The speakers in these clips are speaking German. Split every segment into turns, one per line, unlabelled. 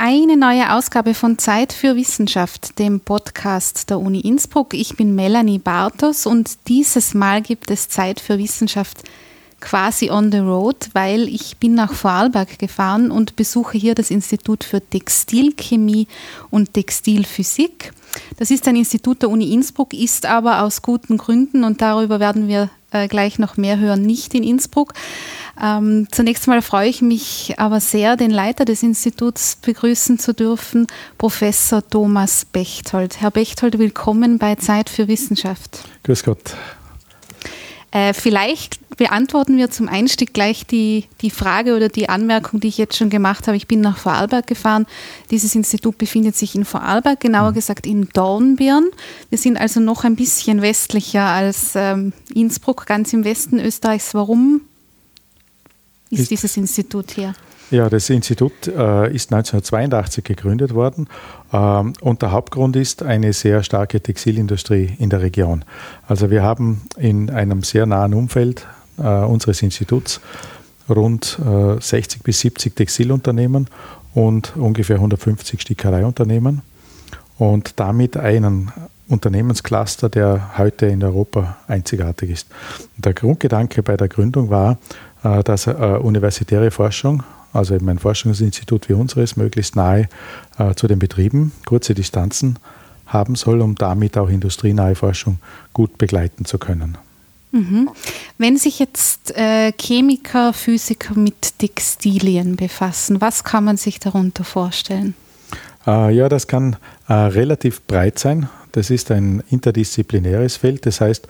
eine neue Ausgabe von Zeit für Wissenschaft, dem Podcast der Uni Innsbruck. Ich bin Melanie Bartos und dieses Mal gibt es Zeit für Wissenschaft quasi on the road, weil ich bin nach Vorarlberg gefahren und besuche hier das Institut für Textilchemie und Textilphysik. Das ist ein Institut der Uni Innsbruck, ist aber aus guten Gründen, und darüber werden wir gleich noch mehr hören, nicht in Innsbruck. Zunächst mal freue ich mich aber sehr, den Leiter des Instituts begrüßen zu dürfen, Professor Thomas Bechtold. Herr Bechtold, willkommen bei Zeit für Wissenschaft.
Grüß Gott.
Vielleicht beantworten wir zum Einstieg gleich die Frage oder die Anmerkung, die ich jetzt schon gemacht habe. Ich bin nach Vorarlberg gefahren. Dieses Institut befindet sich in Vorarlberg, genauer gesagt in Dornbirn. Wir sind also noch ein bisschen westlicher als Innsbruck, ganz im Westen Österreichs. Warum ist dieses Institut hier?
Ja, das Institut ist 1982 gegründet worden und der Hauptgrund ist eine sehr starke Textilindustrie in der Region. Also wir haben in einem sehr nahen Umfeld unseres Instituts rund 60 bis 70 Textilunternehmen und ungefähr 150 Stickereiunternehmen und damit einen Unternehmenscluster, der heute in Europa einzigartig ist. Und der Grundgedanke bei der Gründung war, dass universitäre Forschung, also eben ein Forschungsinstitut wie unseres, möglichst nahe zu den Betrieben kurze Distanzen haben soll, um damit auch industrienahe Forschung gut begleiten zu können.
Mhm. Wenn sich jetzt Chemiker, Physiker mit Textilien befassen, was kann man sich darunter vorstellen?
Ja, das kann relativ breit sein. Das ist ein interdisziplinäres Feld. Das heißt,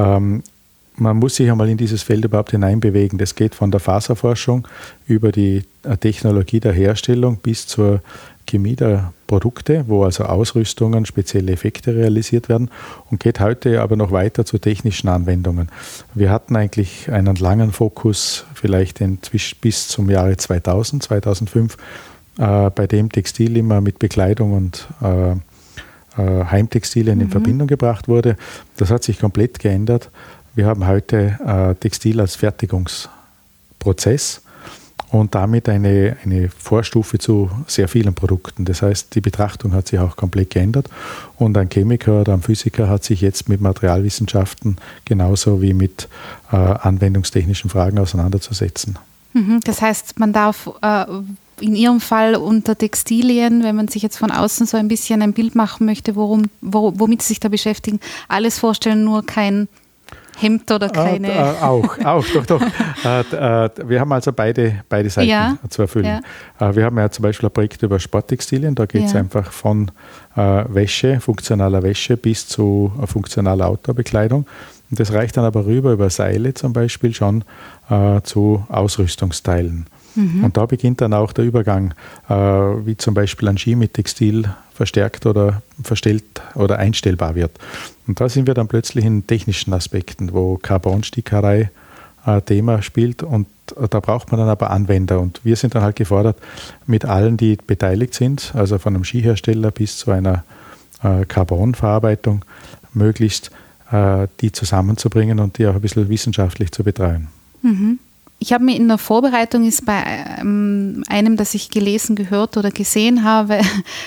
man muss sich einmal in dieses Feld überhaupt hineinbewegen. Das geht von der Faserforschung über die Technologie der Herstellung bis zur Chemie der Produkte, wo also Ausrüstungen, spezielle Effekte realisiert werden und geht heute aber noch weiter zu technischen Anwendungen. Wir hatten eigentlich einen langen Fokus vielleicht bis zum Jahre 2000, 2005, bei dem Textil immer mit Bekleidung und Heimtextilien in Verbindung gebracht wurde. Das hat sich komplett geändert. Wir haben heute Textil als Fertigungsprozess und damit eine Vorstufe zu sehr vielen Produkten. Das heißt, die Betrachtung hat sich auch komplett geändert und ein Chemiker oder ein Physiker hat sich jetzt mit Materialwissenschaften genauso wie mit anwendungstechnischen Fragen auseinanderzusetzen.
Das heißt, man darf in Ihrem Fall unter Textilien, wenn man sich jetzt von außen so ein bisschen ein Bild machen möchte, womit Sie sich da beschäftigen, alles vorstellen, nur kein Hemd oder keine?
Auch, doch. Wir haben also beide Seiten zu erfüllen. Ja. Wir haben ja zum Beispiel ein Projekt über Sporttextilien, da geht es einfach von Wäsche, funktionaler Wäsche bis zu funktionaler Outdoor-Bekleidung. Und das reicht dann aber rüber über Seile zum Beispiel schon zu Ausrüstungsteilen. Und da beginnt dann auch der Übergang, wie zum Beispiel ein Ski mit Textil verstärkt oder verstellt oder einstellbar wird. Und da sind wir dann plötzlich in technischen Aspekten, wo Carbon-Stickerei Thema spielt und da braucht man dann aber Anwender. Und wir sind dann halt gefordert, mit allen, die beteiligt sind, also von einem Skihersteller bis zu einer Carbonverarbeitung, möglichst die zusammenzubringen und die auch ein bisschen wissenschaftlich zu betreuen.
Ich habe mir in der Vorbereitung, ist bei einem, das ich gelesen, gehört oder gesehen habe,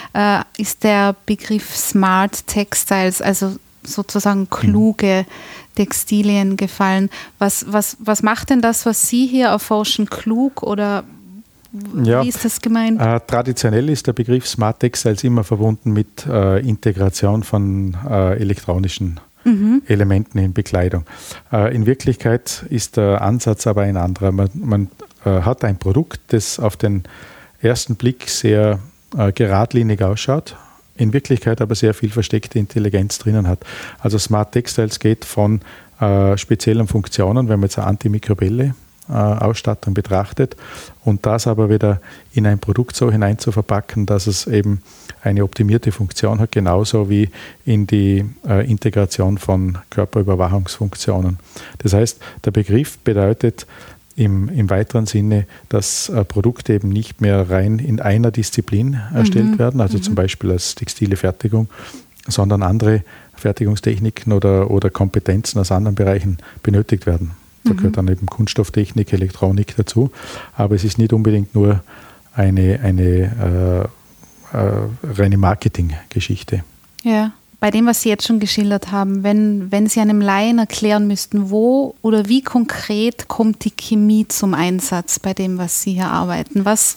ist der Begriff Smart Textiles, also sozusagen kluge Textilien gefallen. Was macht denn das, was Sie hier erforschen, klug oder wie ist das gemeint?
Traditionell ist der Begriff Smart Textiles immer verbunden mit Integration von elektronischen Elementen in Bekleidung. In Wirklichkeit ist der Ansatz aber ein anderer. Man hat ein Produkt, das auf den ersten Blick sehr geradlinig ausschaut, in Wirklichkeit aber sehr viel versteckte Intelligenz drinnen hat. Also Smart Textiles geht von speziellen Funktionen, wenn man jetzt eine antimikrobielle Ausstattung betrachtet und das aber wieder in ein Produkt so hinein zu verpacken, dass es eben eine optimierte Funktion hat, genauso wie in die Integration von Körperüberwachungsfunktionen. Das heißt, der Begriff bedeutet im weiteren Sinne, dass Produkte eben nicht mehr rein in einer Disziplin erstellt werden, also zum Beispiel als textile Fertigung, sondern andere Fertigungstechniken oder Kompetenzen aus anderen Bereichen benötigt werden. Da gehört dann eben Kunststofftechnik, Elektronik dazu. Aber es ist nicht unbedingt nur eine reine Marketinggeschichte.
Ja, bei dem, was Sie jetzt schon geschildert haben, wenn Sie einem Laien erklären müssten, wo oder wie konkret kommt die Chemie zum Einsatz bei dem, was Sie hier arbeiten? Was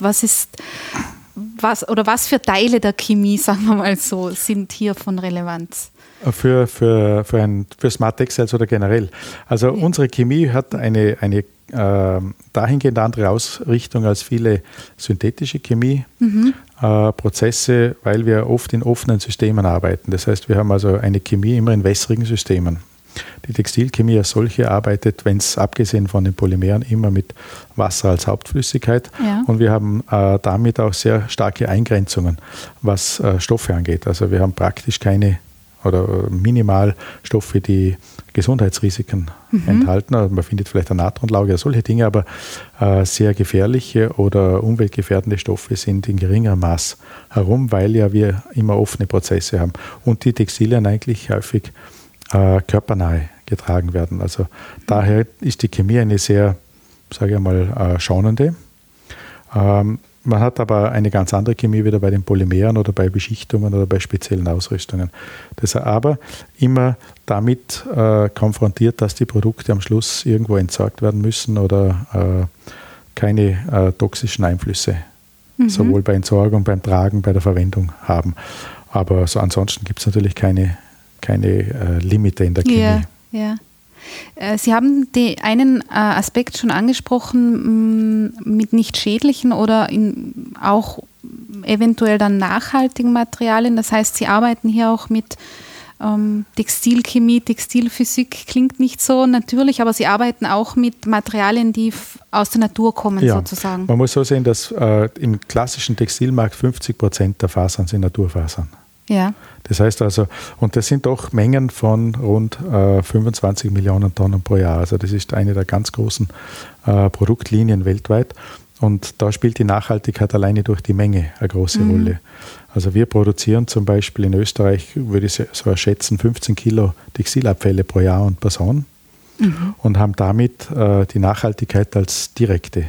für Teile der Chemie, sagen wir mal so, sind hier von Relevanz?
Für Smart Textiles oder generell. Also unsere Chemie hat eine dahingehend andere Ausrichtung als viele synthetische Chemieprozesse, weil wir oft in offenen Systemen arbeiten. Das heißt, wir haben also eine Chemie immer in wässrigen Systemen. Die Textilchemie als solche arbeitet, wenn es abgesehen von den Polymeren, immer mit Wasser als Hauptflüssigkeit. Ja. Und wir haben damit auch sehr starke Eingrenzungen, was Stoffe angeht. Also wir haben praktisch keine oder minimal Stoffe, die Gesundheitsrisiken enthalten. Also man findet vielleicht eine Natronlauge oder solche Dinge, aber sehr gefährliche oder umweltgefährdende Stoffe sind in geringerem Maß herum, weil ja wir immer offene Prozesse haben und die Textilien eigentlich häufig körpernahe getragen werden. Also daher ist die Chemie eine sehr, sage ich mal, schonende. Man hat aber eine ganz andere Chemie wieder bei den Polymeren oder bei Beschichtungen oder bei speziellen Ausrüstungen. Das aber immer damit konfrontiert, dass die Produkte am Schluss irgendwo entsorgt werden müssen oder keine toxischen Einflüsse sowohl bei Entsorgung, beim Tragen, bei der Verwendung haben. Aber so ansonsten gibt es natürlich keine Limite in der Chemie.
Ja, ja. Sie haben einen Aspekt schon angesprochen mit nicht schädlichen oder auch eventuell dann nachhaltigen Materialien. Das heißt, Sie arbeiten hier auch mit Textilchemie, Textilphysik, klingt nicht so natürlich, aber Sie arbeiten auch mit Materialien, die aus der Natur kommen, sozusagen. Man
muss so sehen, dass im klassischen Textilmarkt 50% der Fasern sind Naturfasern.
Ja.
Das heißt also, und das sind doch Mengen von rund 25 Millionen Tonnen pro Jahr. Also das ist eine der ganz großen Produktlinien weltweit. Und da spielt die Nachhaltigkeit alleine durch die Menge eine große Rolle. Also wir produzieren zum Beispiel in Österreich, würde ich so schätzen, 15 Kilo Textilabfälle pro Jahr und Person und haben damit die Nachhaltigkeit als direkte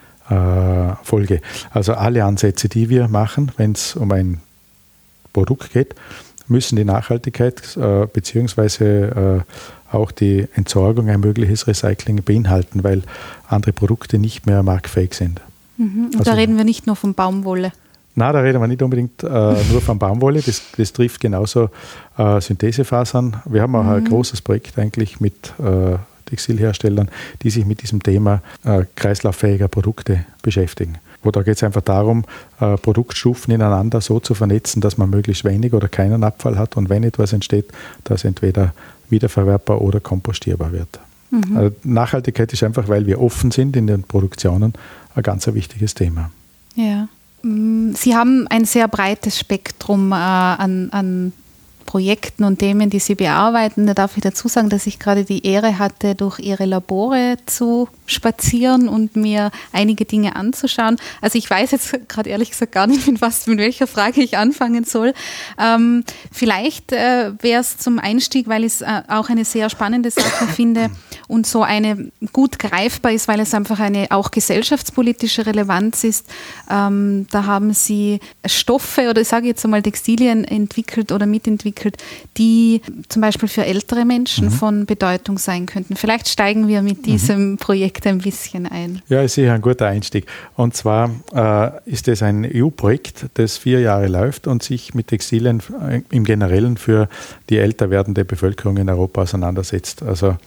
Folge. Also alle Ansätze, die wir machen, wenn es um ein Produkt geht, müssen die Nachhaltigkeit beziehungsweise auch die Entsorgung, ein mögliches Recycling beinhalten, weil andere Produkte nicht mehr marktfähig sind.
Und also, da reden wir nicht nur von Baumwolle.
Nein, da reden wir nicht unbedingt nur von Baumwolle, das trifft genauso Synthesefasern. Wir haben auch ein großes Projekt eigentlich mit Textilherstellern, die sich mit diesem Thema kreislauffähiger Produkte beschäftigen. Da geht es einfach darum, Produktstufen ineinander so zu vernetzen, dass man möglichst wenig oder keinen Abfall hat und wenn etwas entsteht, dass entweder wiederverwertbar oder kompostierbar wird. Also Nachhaltigkeit ist einfach, weil wir offen sind in den Produktionen, ein ganz wichtiges Thema.
Ja. Sie haben ein sehr breites Spektrum an Projekten und Themen, die Sie bearbeiten. Da darf ich dazu sagen, dass ich gerade die Ehre hatte, durch Ihre Labore zu spazieren und mir einige Dinge anzuschauen. Also ich weiß jetzt gerade ehrlich gesagt gar nicht, mit welcher Frage ich anfangen soll. Vielleicht wäre es zum Einstieg, weil ich es auch eine sehr spannende Sache finde und so eine gut greifbar ist, weil es einfach eine auch gesellschaftspolitische Relevanz ist. Da haben Sie Stoffe oder ich sage jetzt einmal Textilien entwickelt oder mitentwickelt, die zum Beispiel für ältere Menschen von Bedeutung sein könnten. Vielleicht steigen wir mit diesem Projekt ein bisschen ein.
Ja, ist sicher ein guter Einstieg. Und zwar ist es ein EU-Projekt, das 4 Jahre läuft und sich mit Textilien im Generellen für die älter werdende Bevölkerung in Europa auseinandersetzt. Also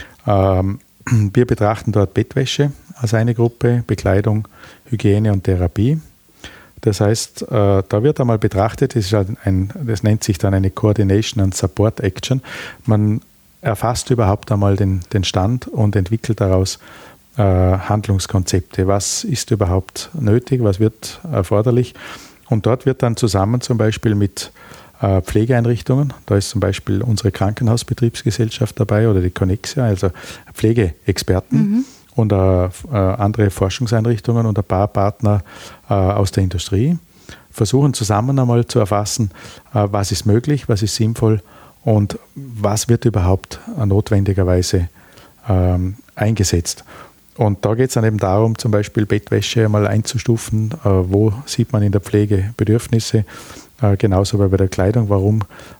wir betrachten dort Bettwäsche als eine Gruppe, Bekleidung, Hygiene und Therapie. Das heißt, da wird einmal betrachtet, das nennt sich dann eine Coordination and Support Action. Man erfasst überhaupt einmal den Stand und entwickelt daraus Handlungskonzepte. Was ist überhaupt nötig, was wird erforderlich? Und dort wird dann zusammen zum Beispiel mit Pflegeeinrichtungen, da ist zum Beispiel unsere Krankenhausbetriebsgesellschaft dabei oder die Connexia, also Pflegeexperten, und andere Forschungseinrichtungen und ein paar Partner aus der Industrie versuchen zusammen einmal zu erfassen, was ist möglich, was ist sinnvoll und was wird überhaupt notwendigerweise eingesetzt. Und da geht es dann eben darum, zum Beispiel Bettwäsche einmal einzustufen, wo sieht man in der Pflege Bedürfnisse, genauso wie bei der Kleidung, warum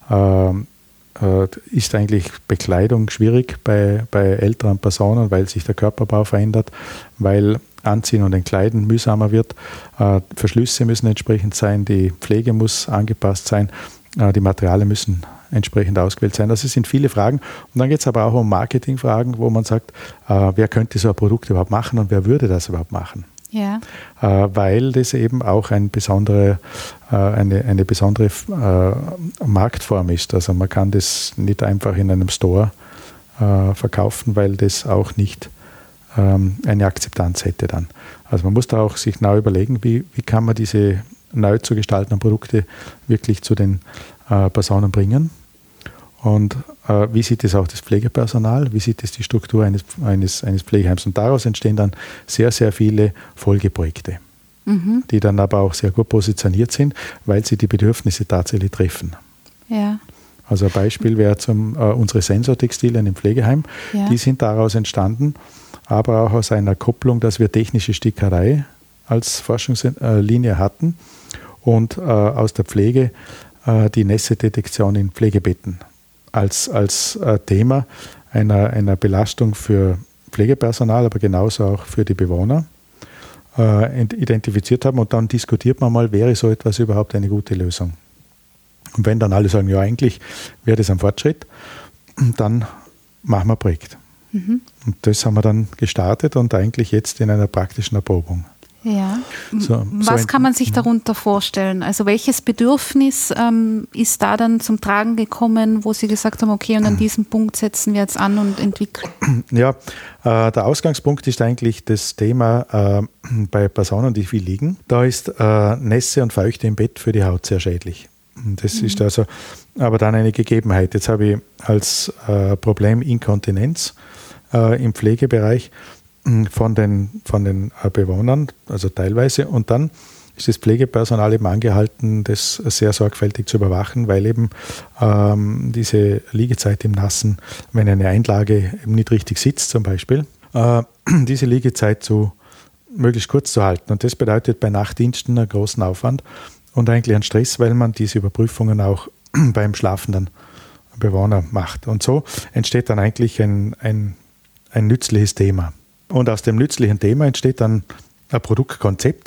ist eigentlich Bekleidung schwierig bei älteren Personen, weil sich der Körperbau verändert, weil Anziehen und Entkleiden mühsamer wird, Verschlüsse müssen entsprechend sein, die Pflege muss angepasst sein, die Materialien müssen entsprechend ausgewählt sein. Das sind viele Fragen. Und dann geht es aber auch um Marketingfragen, wo man sagt, wer könnte so ein Produkt überhaupt machen und wer würde das überhaupt machen?
Ja.
Weil das eben auch eine besondere Marktform ist. Also man kann das nicht einfach in einem Store verkaufen, weil das auch nicht eine Akzeptanz hätte dann. Also man muss da auch sich genau überlegen, wie kann man diese neu zu gestaltenden Produkte wirklich zu den Personen bringen. Und wie sieht es auch das Pflegepersonal, wie sieht es die Struktur eines Pflegeheims. Und daraus entstehen dann sehr, sehr viele Folgeprojekte, die dann aber auch sehr gut positioniert sind, weil sie die Bedürfnisse tatsächlich treffen.
Ja.
Also ein Beispiel wäre unsere Sensortextilien im Pflegeheim. Ja. Die sind daraus entstanden, aber auch aus einer Kopplung, dass wir technische Stickerei als Forschungslinie hatten und aus der Pflege die Nässedetektion in Pflegebetten als Thema einer Belastung für Pflegepersonal, aber genauso auch für die Bewohner identifiziert haben. Und dann diskutiert man mal, wäre so etwas überhaupt eine gute Lösung? Und wenn dann alle sagen, ja, eigentlich wäre das ein Fortschritt, dann machen wir ein Projekt. Und das haben wir dann gestartet und eigentlich jetzt in einer praktischen Erprobung.
Ja. Was kann man sich darunter vorstellen? Also welches Bedürfnis ist da dann zum Tragen gekommen, wo Sie gesagt haben, okay, und an diesem Punkt setzen wir jetzt an und entwickeln? Ja,
der Ausgangspunkt ist eigentlich das Thema bei Personen, die viel liegen. Da ist Nässe und Feuchte im Bett für die Haut sehr schädlich. Das ist also aber dann eine Gegebenheit. Jetzt habe ich als Problem Inkontinenz im Pflegebereich von den Bewohnern, also teilweise. Und dann ist das Pflegepersonal eben angehalten, das sehr sorgfältig zu überwachen, weil eben diese Liegezeit im Nassen, wenn eine Einlage eben nicht richtig sitzt zum Beispiel, diese Liegezeit möglichst kurz zu halten. Und das bedeutet bei Nachtdiensten einen großen Aufwand und eigentlich einen Stress, weil man diese Überprüfungen auch beim schlafenden Bewohner macht. Und so entsteht dann eigentlich ein nützliches Thema. Und aus dem nützlichen Thema entsteht dann ein Produktkonzept,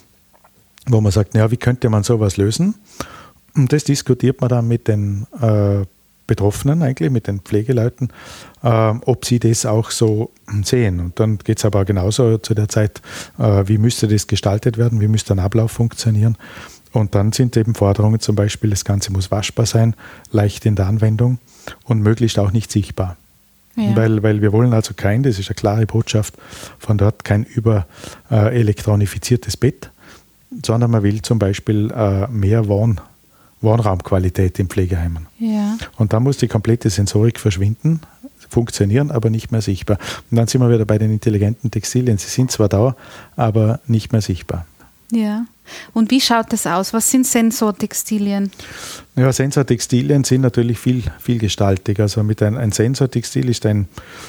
wo man sagt, ja, wie könnte man sowas lösen? Und das diskutiert man dann mit den Betroffenen eigentlich, mit den Pflegeleuten, ob sie das auch so sehen. Und dann geht es aber genauso zu der Zeit, wie müsste das gestaltet werden, wie müsste ein Ablauf funktionieren. Und dann sind eben Forderungen zum Beispiel, das Ganze muss waschbar sein, leicht in der Anwendung und möglichst auch nicht sichtbar. Ja. Weil wir wollen also das ist eine klare Botschaft, von dort kein überelektronifiziertes Bett, sondern man will zum Beispiel mehr Wohnraumqualität in Pflegeheimen.
Ja.
Und da muss die komplette Sensorik verschwinden, funktionieren, aber nicht mehr sichtbar. Und dann sind wir wieder bei den intelligenten Textilien. Sie sind zwar da, aber nicht mehr sichtbar.
Ja. Und wie schaut das aus? Was sind Sensortextilien?
Ja, Sensortextilien sind natürlich vielgestaltig. Also ein Sensortextil ist ich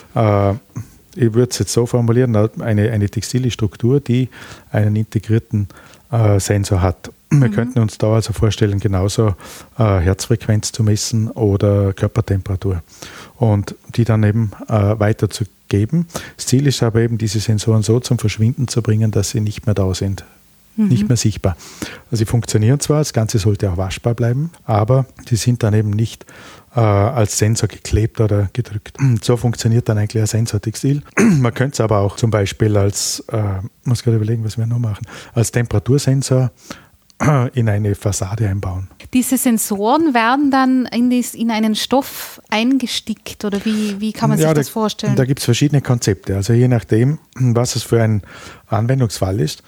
würde es jetzt so formulieren, eine textile Struktur, die einen integrierten Sensor hat. Wir könnten uns da also vorstellen, genauso Herzfrequenz zu messen oder Körpertemperatur und die dann eben weiterzugeben. Das Ziel ist aber eben, diese Sensoren so zum Verschwinden zu bringen, dass sie nicht mehr da sind. Nicht mehr sichtbar. Also sie funktionieren zwar, das Ganze sollte auch waschbar bleiben, aber sie sind dann eben nicht als Sensor geklebt oder gedrückt. So funktioniert dann eigentlich ein Sensortextil. Man könnte es aber auch zum Beispiel als, muss gerade überlegen, was wir noch machen, als Temperatursensor in eine Fassade einbauen.
Diese Sensoren werden dann in einen Stoff eingestickt oder wie kann man sich das vorstellen?
Da gibt es verschiedene Konzepte. Also je nachdem, was es für ein Anwendungsfall ist,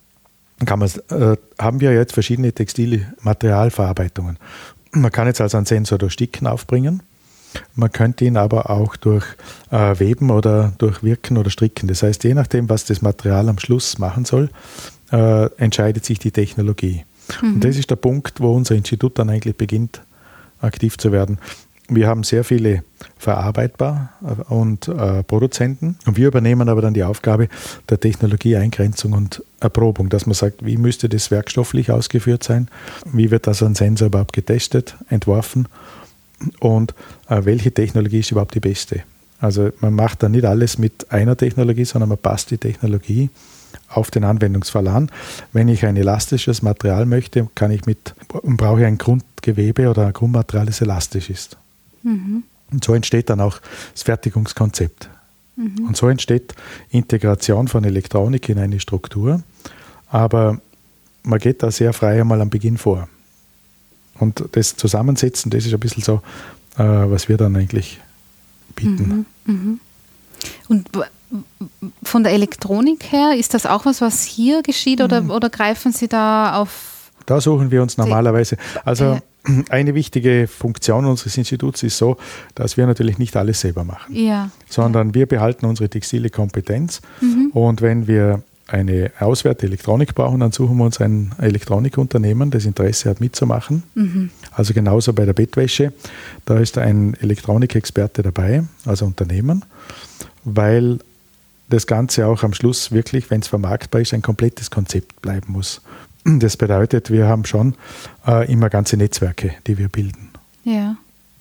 haben wir jetzt verschiedene textile Materialverarbeitungen. Man kann jetzt also einen Sensor durch Sticken aufbringen. Man könnte ihn aber auch durch Weben oder durch Wirken oder Stricken. Das heißt, je nachdem, was das Material am Schluss machen soll, entscheidet sich die Technologie. Und das ist der Punkt, wo unser Institut dann eigentlich beginnt, aktiv zu werden. wir haben sehr viele Verarbeitbar und Produzenten und wir übernehmen aber dann die Aufgabe der Technologieeingrenzung und Erprobung, dass man sagt, wie müsste das werkstofflich ausgeführt sein, wie wird das ein Sensor überhaupt getestet, entworfen und welche Technologie ist überhaupt die beste. Also man macht dann nicht alles mit einer Technologie, sondern man passt die Technologie auf den Anwendungsfall an. Wenn ich ein elastisches Material möchte, brauche ich ein Grundgewebe oder ein Grundmaterial, das elastisch ist. Und so entsteht dann auch das Fertigungskonzept. Und so entsteht Integration von Elektronik in eine Struktur. Aber man geht da sehr frei einmal am Beginn vor. Und das Zusammensetzen, das ist ein bisschen so, was wir dann eigentlich bieten.
Und von der Elektronik her, ist das auch was hier geschieht oder greifen Sie da auf?
Da suchen wir uns normalerweise. Also eine wichtige Funktion unseres Instituts ist so, dass wir natürlich nicht alles selber machen, sondern wir behalten unsere textile Kompetenz und wenn wir eine auswärtige Elektronik brauchen, dann suchen wir uns ein Elektronikunternehmen, das Interesse hat mitzumachen. Also genauso bei der Bettwäsche, da ist ein Elektronikexperte dabei, also Unternehmen, weil das Ganze auch am Schluss wirklich, wenn es vermarktbar ist, ein komplettes Konzept bleiben muss. Das bedeutet, wir haben schon immer ganze Netzwerke, die wir bilden.
Ja.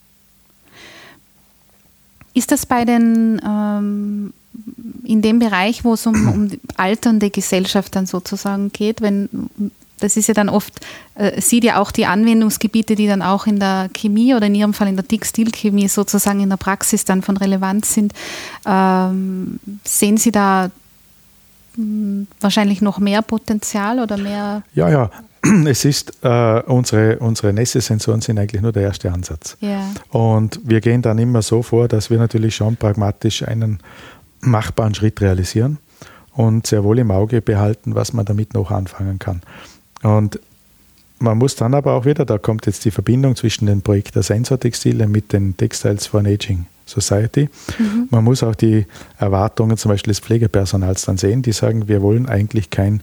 Ist das bei den, in dem Bereich, wo es um die alternde Gesellschaft dann sozusagen geht, das ist ja dann oft, sieht ja auch die Anwendungsgebiete, die dann auch in der Chemie oder in Ihrem Fall in der Textilchemie sozusagen in der Praxis dann von Relevanz sind, sehen Sie da wahrscheinlich noch mehr Potenzial oder mehr?
Ja. Es ist, unsere Nässe-Sensoren sind eigentlich nur der erste Ansatz.
Ja.
Und wir gehen dann immer so vor, dass wir natürlich schon pragmatisch einen machbaren Schritt realisieren und sehr wohl im Auge behalten, was man damit noch anfangen kann. Und man muss dann aber auch wieder, da kommt jetzt die Verbindung zwischen dem Projekt der Sensortextile mit den Textiles for an Aging Society. Man muss auch die Erwartungen zum Beispiel des Pflegepersonals dann sehen, die sagen, wir wollen eigentlich kein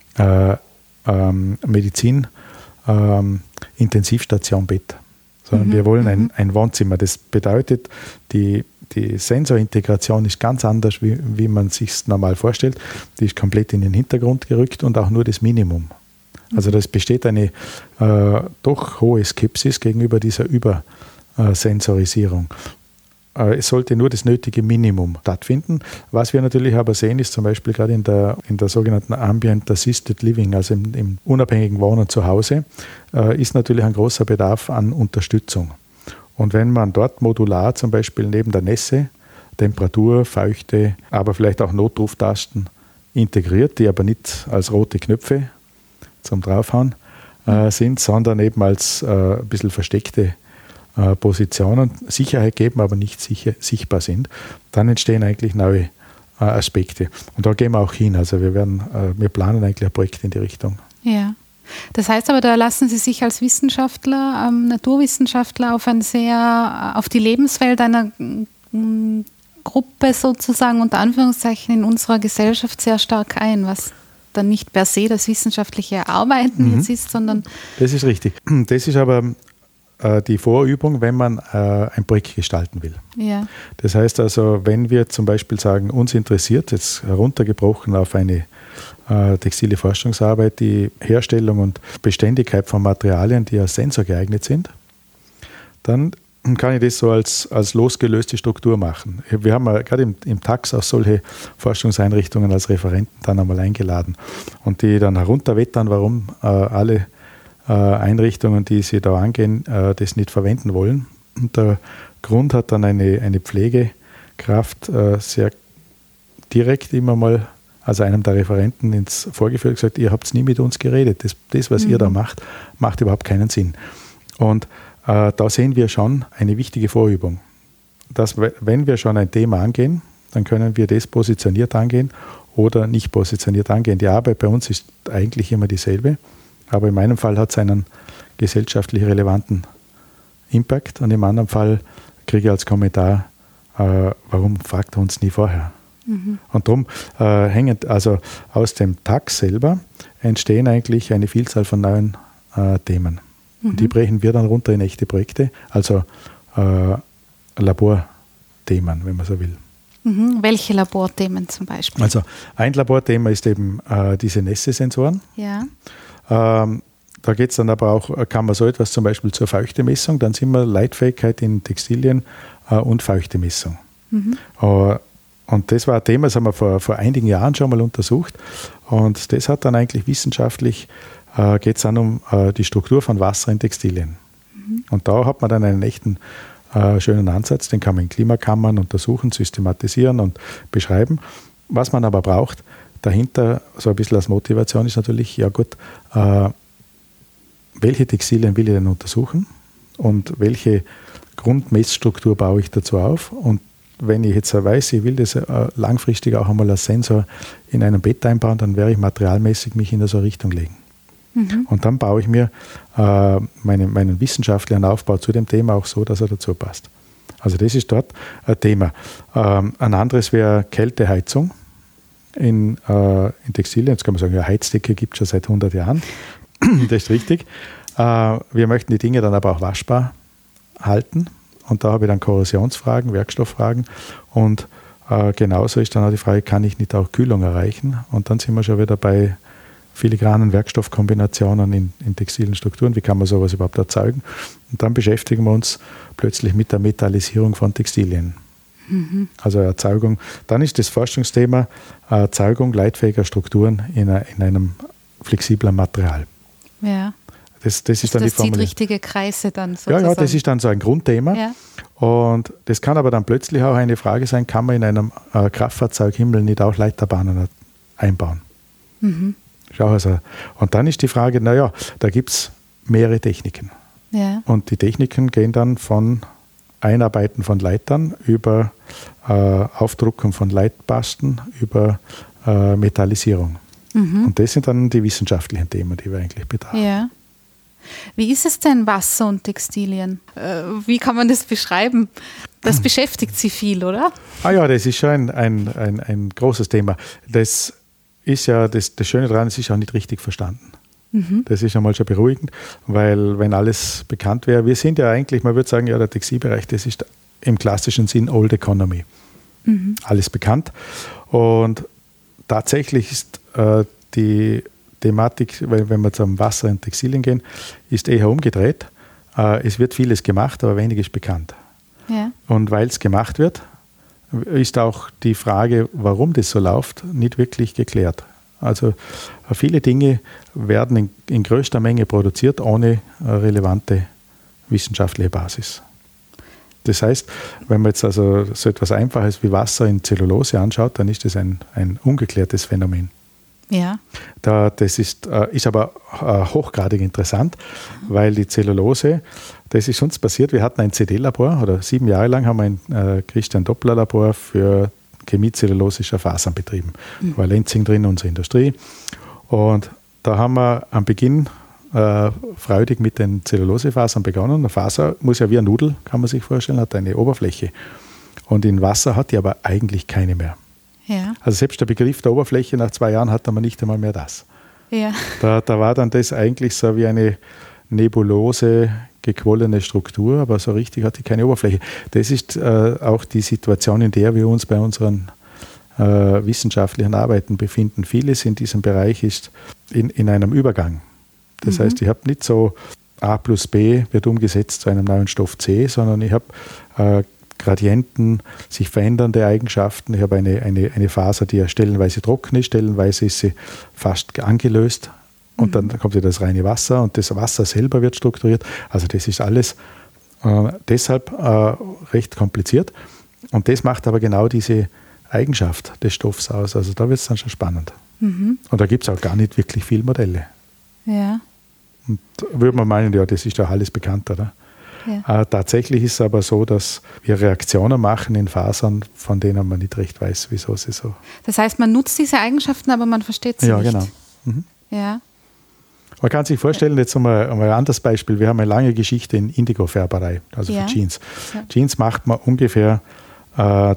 Medizin-Intensivstation-Bett, sondern wir wollen ein Wohnzimmer. Das bedeutet, die Sensorintegration ist ganz anders, wie man es sich normal vorstellt. Die ist komplett in den Hintergrund gerückt und auch nur das Minimum. Also das besteht eine doch hohe Skepsis gegenüber dieser Übersensorisierung. Es sollte nur das nötige Minimum stattfinden. Was wir natürlich aber sehen, ist zum Beispiel gerade in der sogenannten Ambient Assisted Living, also im unabhängigen Wohnen zu Hause, ist natürlich ein großer Bedarf an Unterstützung. Und wenn man dort modular zum Beispiel neben der Nässe Temperatur, Feuchte, aber vielleicht auch Notruftasten integriert, die aber nicht als rote Knöpfe zum Draufhauen sind, sondern eben als ein bisschen versteckte Positionen Sicherheit geben, aber nicht sichtbar sind, dann entstehen eigentlich neue Aspekte. Und da gehen wir auch hin. Also wir planen eigentlich ein Projekt in die Richtung.
Ja. Das heißt aber, da lassen Sie sich als Wissenschaftler, Naturwissenschaftler auf die Lebenswelt einer Gruppe sozusagen unter Anführungszeichen in unserer Gesellschaft sehr stark ein, was dann nicht per se das wissenschaftliche Arbeiten jetzt ist, sondern...
Das ist richtig. Das ist aber die Vorübung, wenn man ein Projekt gestalten will.
Ja.
Das heißt also, wenn wir zum Beispiel sagen, uns interessiert, jetzt heruntergebrochen auf eine textile Forschungsarbeit, die Herstellung und Beständigkeit von Materialien, die als Sensor geeignet sind, dann kann ich das so als losgelöste Struktur machen. Wir haben gerade im TAX auch solche Forschungseinrichtungen als Referenten dann einmal eingeladen und die dann herunterwettern, warum alle Einrichtungen, die sie da angehen, das nicht verwenden wollen. Und der Grund hat dann eine Pflegekraft sehr direkt immer mal, also einem der Referenten ins Vorgeführt gesagt, ihr habt nie mit uns geredet. Das was ihr da macht überhaupt keinen Sinn. Und da sehen wir schon eine wichtige Vorübung. Dass, wenn wir schon ein Thema angehen, dann können wir das positioniert angehen oder nicht positioniert angehen. Die Arbeit bei uns ist eigentlich immer dieselbe. Aber in meinem Fall hat es einen gesellschaftlich relevanten Impact und im anderen Fall kriege ich als Kommentar, warum fragt er uns nie vorher? Und darum also aus dem TAX selber entstehen eigentlich eine Vielzahl von neuen Themen. Und die brechen wir dann runter in echte Projekte, also Laborthemen, wenn man so will.
Welche Laborthemen zum Beispiel?
Also ein Laborthema ist eben diese Nässe-Sensoren.
Ja.
Da geht es dann aber auch, kann man so etwas zum Beispiel zur Feuchtemessung, dann sind wir Leitfähigkeit in Textilien und Feuchtemessung. Und das war ein Thema, das haben wir vor einigen Jahren schon mal untersucht. Und das hat dann eigentlich wissenschaftlich, geht es dann um die Struktur von Wasser in Textilien. Und da hat man dann einen echten schönen Ansatz, den kann man in Klimakammern untersuchen, systematisieren und beschreiben. Was man aber braucht, dahinter so ein bisschen als Motivation ist natürlich, ja gut, welche Textilien will ich denn untersuchen und welche Grundmessstruktur baue ich dazu auf? Und wenn ich jetzt weiß, ich will das langfristig auch einmal als Sensor in einem Bett einbauen, dann werde ich materialmäßig mich in so eine Richtung legen. Und dann baue ich mir meinen wissenschaftlichen Aufbau zu dem Thema auch so, dass er dazu passt. Also das ist dort ein Thema. Ein anderes wäre Kälteheizung in Textilien. Jetzt kann man sagen, ja, Heizdecke gibt es schon seit 100 Jahren. Das ist richtig. Wir möchten die Dinge dann aber auch waschbar halten. Und da habe ich dann Korrosionsfragen, Werkstofffragen. Und genauso ist dann auch die Frage, kann ich nicht auch Kühlung erreichen? Und dann sind wir schon wieder bei filigranen Werkstoffkombinationen in textilen Strukturen. Wie kann man sowas überhaupt erzeugen? Und dann beschäftigen wir uns plötzlich mit der Metallisierung von Textilien. Also Erzeugung. Dann ist das Forschungsthema Erzeugung leitfähiger Strukturen in einem flexiblen Material.
Ja.
Das ist dann die Formel. Das zieht
richtige Kreise dann sozusagen.
Ja, das ist dann so ein Grundthema.
Ja.
Und das kann aber dann plötzlich auch eine Frage sein, kann man in einem Kraftfahrzeughimmel nicht auch Leiterbahnen einbauen? Und dann ist die Frage, naja, da gibt es mehrere Techniken.
Ja.
Und die Techniken gehen dann von Einarbeiten von Leitern über Aufdrucken von Leitbasten über Metallisierung. Und das sind dann die wissenschaftlichen Themen, die wir eigentlich betrachten.
Ja. Wie ist es denn, Wasser und Textilien? Wie kann man das beschreiben? Das beschäftigt Sie viel, oder?
Ja, das ist schon ein großes Thema. Das ist ja das Schöne daran, es ist auch nicht richtig verstanden. Das ist einmal schon beruhigend, weil wenn alles bekannt wäre, wir sind ja eigentlich, man würde sagen, ja, der Textilbereich, das ist im klassischen Sinn Old Economy. Alles bekannt. Und tatsächlich ist die Thematik, wenn wir zum Wasser und Textilien gehen, ist eher umgedreht. Es wird vieles gemacht, aber wenig ist bekannt.
Ja.
Und weil es gemacht wird, ist auch die Frage, warum das so läuft, nicht wirklich geklärt. Also viele Dinge werden in größter Menge produziert, ohne relevante wissenschaftliche Basis. Das heißt, wenn man jetzt also so etwas Einfaches wie Wasser in Zellulose anschaut, dann ist das ein ungeklärtes Phänomen.
Ja.
Das ist aber hochgradig interessant, weil die Zellulose, das ist uns passiert, wir hatten ein CD-Labor, oder 7 Jahre lang haben wir ein Christian-Doppler-Labor für Chemie zellulosischer Fasern betrieben. Da war Lenzing drin, unsere Industrie. Und da haben wir am Beginn freudig mit den Zellulosefasern begonnen. Eine Faser muss ja wie eine Nudel, kann man sich vorstellen, hat eine Oberfläche. Und in Wasser hat die aber eigentlich keine mehr.
Ja.
Also selbst der Begriff der Oberfläche nach 2 Jahren hat man nicht einmal mehr das.
Ja.
Da war dann das eigentlich so wie eine nebulose, gequollene Struktur, aber so richtig hat die keine Oberfläche. Das ist auch die Situation, in der wir uns bei unseren wissenschaftlichen Arbeiten befinden. Vieles in diesem Bereich ist in einem Übergang. Das heißt, ich habe nicht so A plus B wird umgesetzt zu einem neuen Stoff C, sondern ich habe Gradienten, sich verändernde Eigenschaften. Ich habe eine Faser, die ja stellenweise trocken ist, stellenweise ist sie fast angelöst. Und dann kommt wieder das reine Wasser und das Wasser selber wird strukturiert. Also das ist alles deshalb recht kompliziert. Und das macht aber genau diese Eigenschaft des Stoffs aus. Also da wird es dann schon spannend. Und da gibt es auch gar nicht wirklich viele Modelle.
Ja.
Und würde man meinen, ja, das ist doch alles bekannt, oder?
Ja.
Tatsächlich ist es aber so, dass wir Reaktionen machen in Fasern, von denen man nicht recht weiß, wieso sie so.
Das heißt, man nutzt diese Eigenschaften, aber man versteht sie nicht.
Ja, genau.
Ja.
Man kann sich vorstellen, jetzt einmal ein anderes Beispiel. Wir haben eine lange Geschichte in Indigo-Färberei, also für Jeans. Ja. Jeans macht man ungefähr 2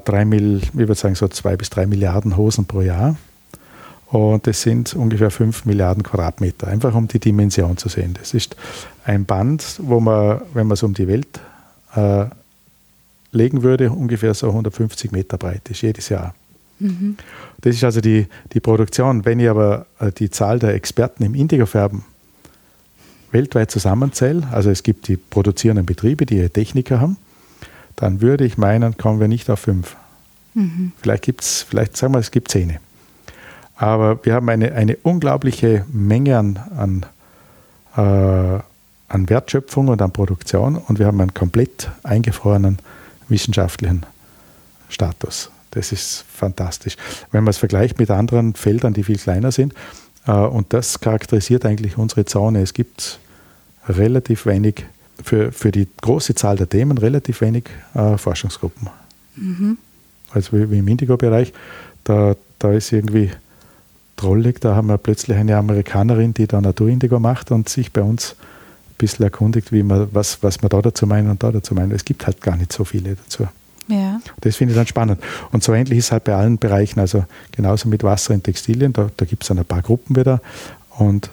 bis 3 Milliarden Hosen pro Jahr. Und das sind ungefähr 5 Milliarden Quadratmeter, einfach um die Dimension zu sehen. Das ist ein Band, wo man, wenn man es um die Welt legen würde, ungefähr so 150 Meter breit ist, jedes Jahr. Das ist also die Produktion. Wenn ich aber die Zahl der Experten im Indigo-Färben weltweit zusammenzähle, also es gibt die produzierenden Betriebe, die ihre Techniker haben, dann würde ich meinen, kommen wir nicht auf 5. Vielleicht sagen wir, es gibt 10. Aber wir haben eine unglaubliche Menge an Wertschöpfung und an Produktion und wir haben einen komplett eingefrorenen wissenschaftlichen Status. Das ist fantastisch. Wenn man es vergleicht mit anderen Feldern, die viel kleiner sind, und das charakterisiert eigentlich unsere Zone. Es gibt relativ wenig, für die große Zahl der Themen, relativ wenig Forschungsgruppen. Also wie im Indigo-Bereich, da ist irgendwie drollig, da haben wir plötzlich eine Amerikanerin, die da Naturindigo macht und sich bei uns ein bisschen erkundigt, was wir da dazu meinen und da dazu meinen. Es gibt halt gar nicht so viele dazu.
Ja.
Das finde ich dann spannend. Und so ähnlich ist es halt bei allen Bereichen, also genauso mit Wasser in Textilien, da gibt es dann ein paar Gruppen wieder und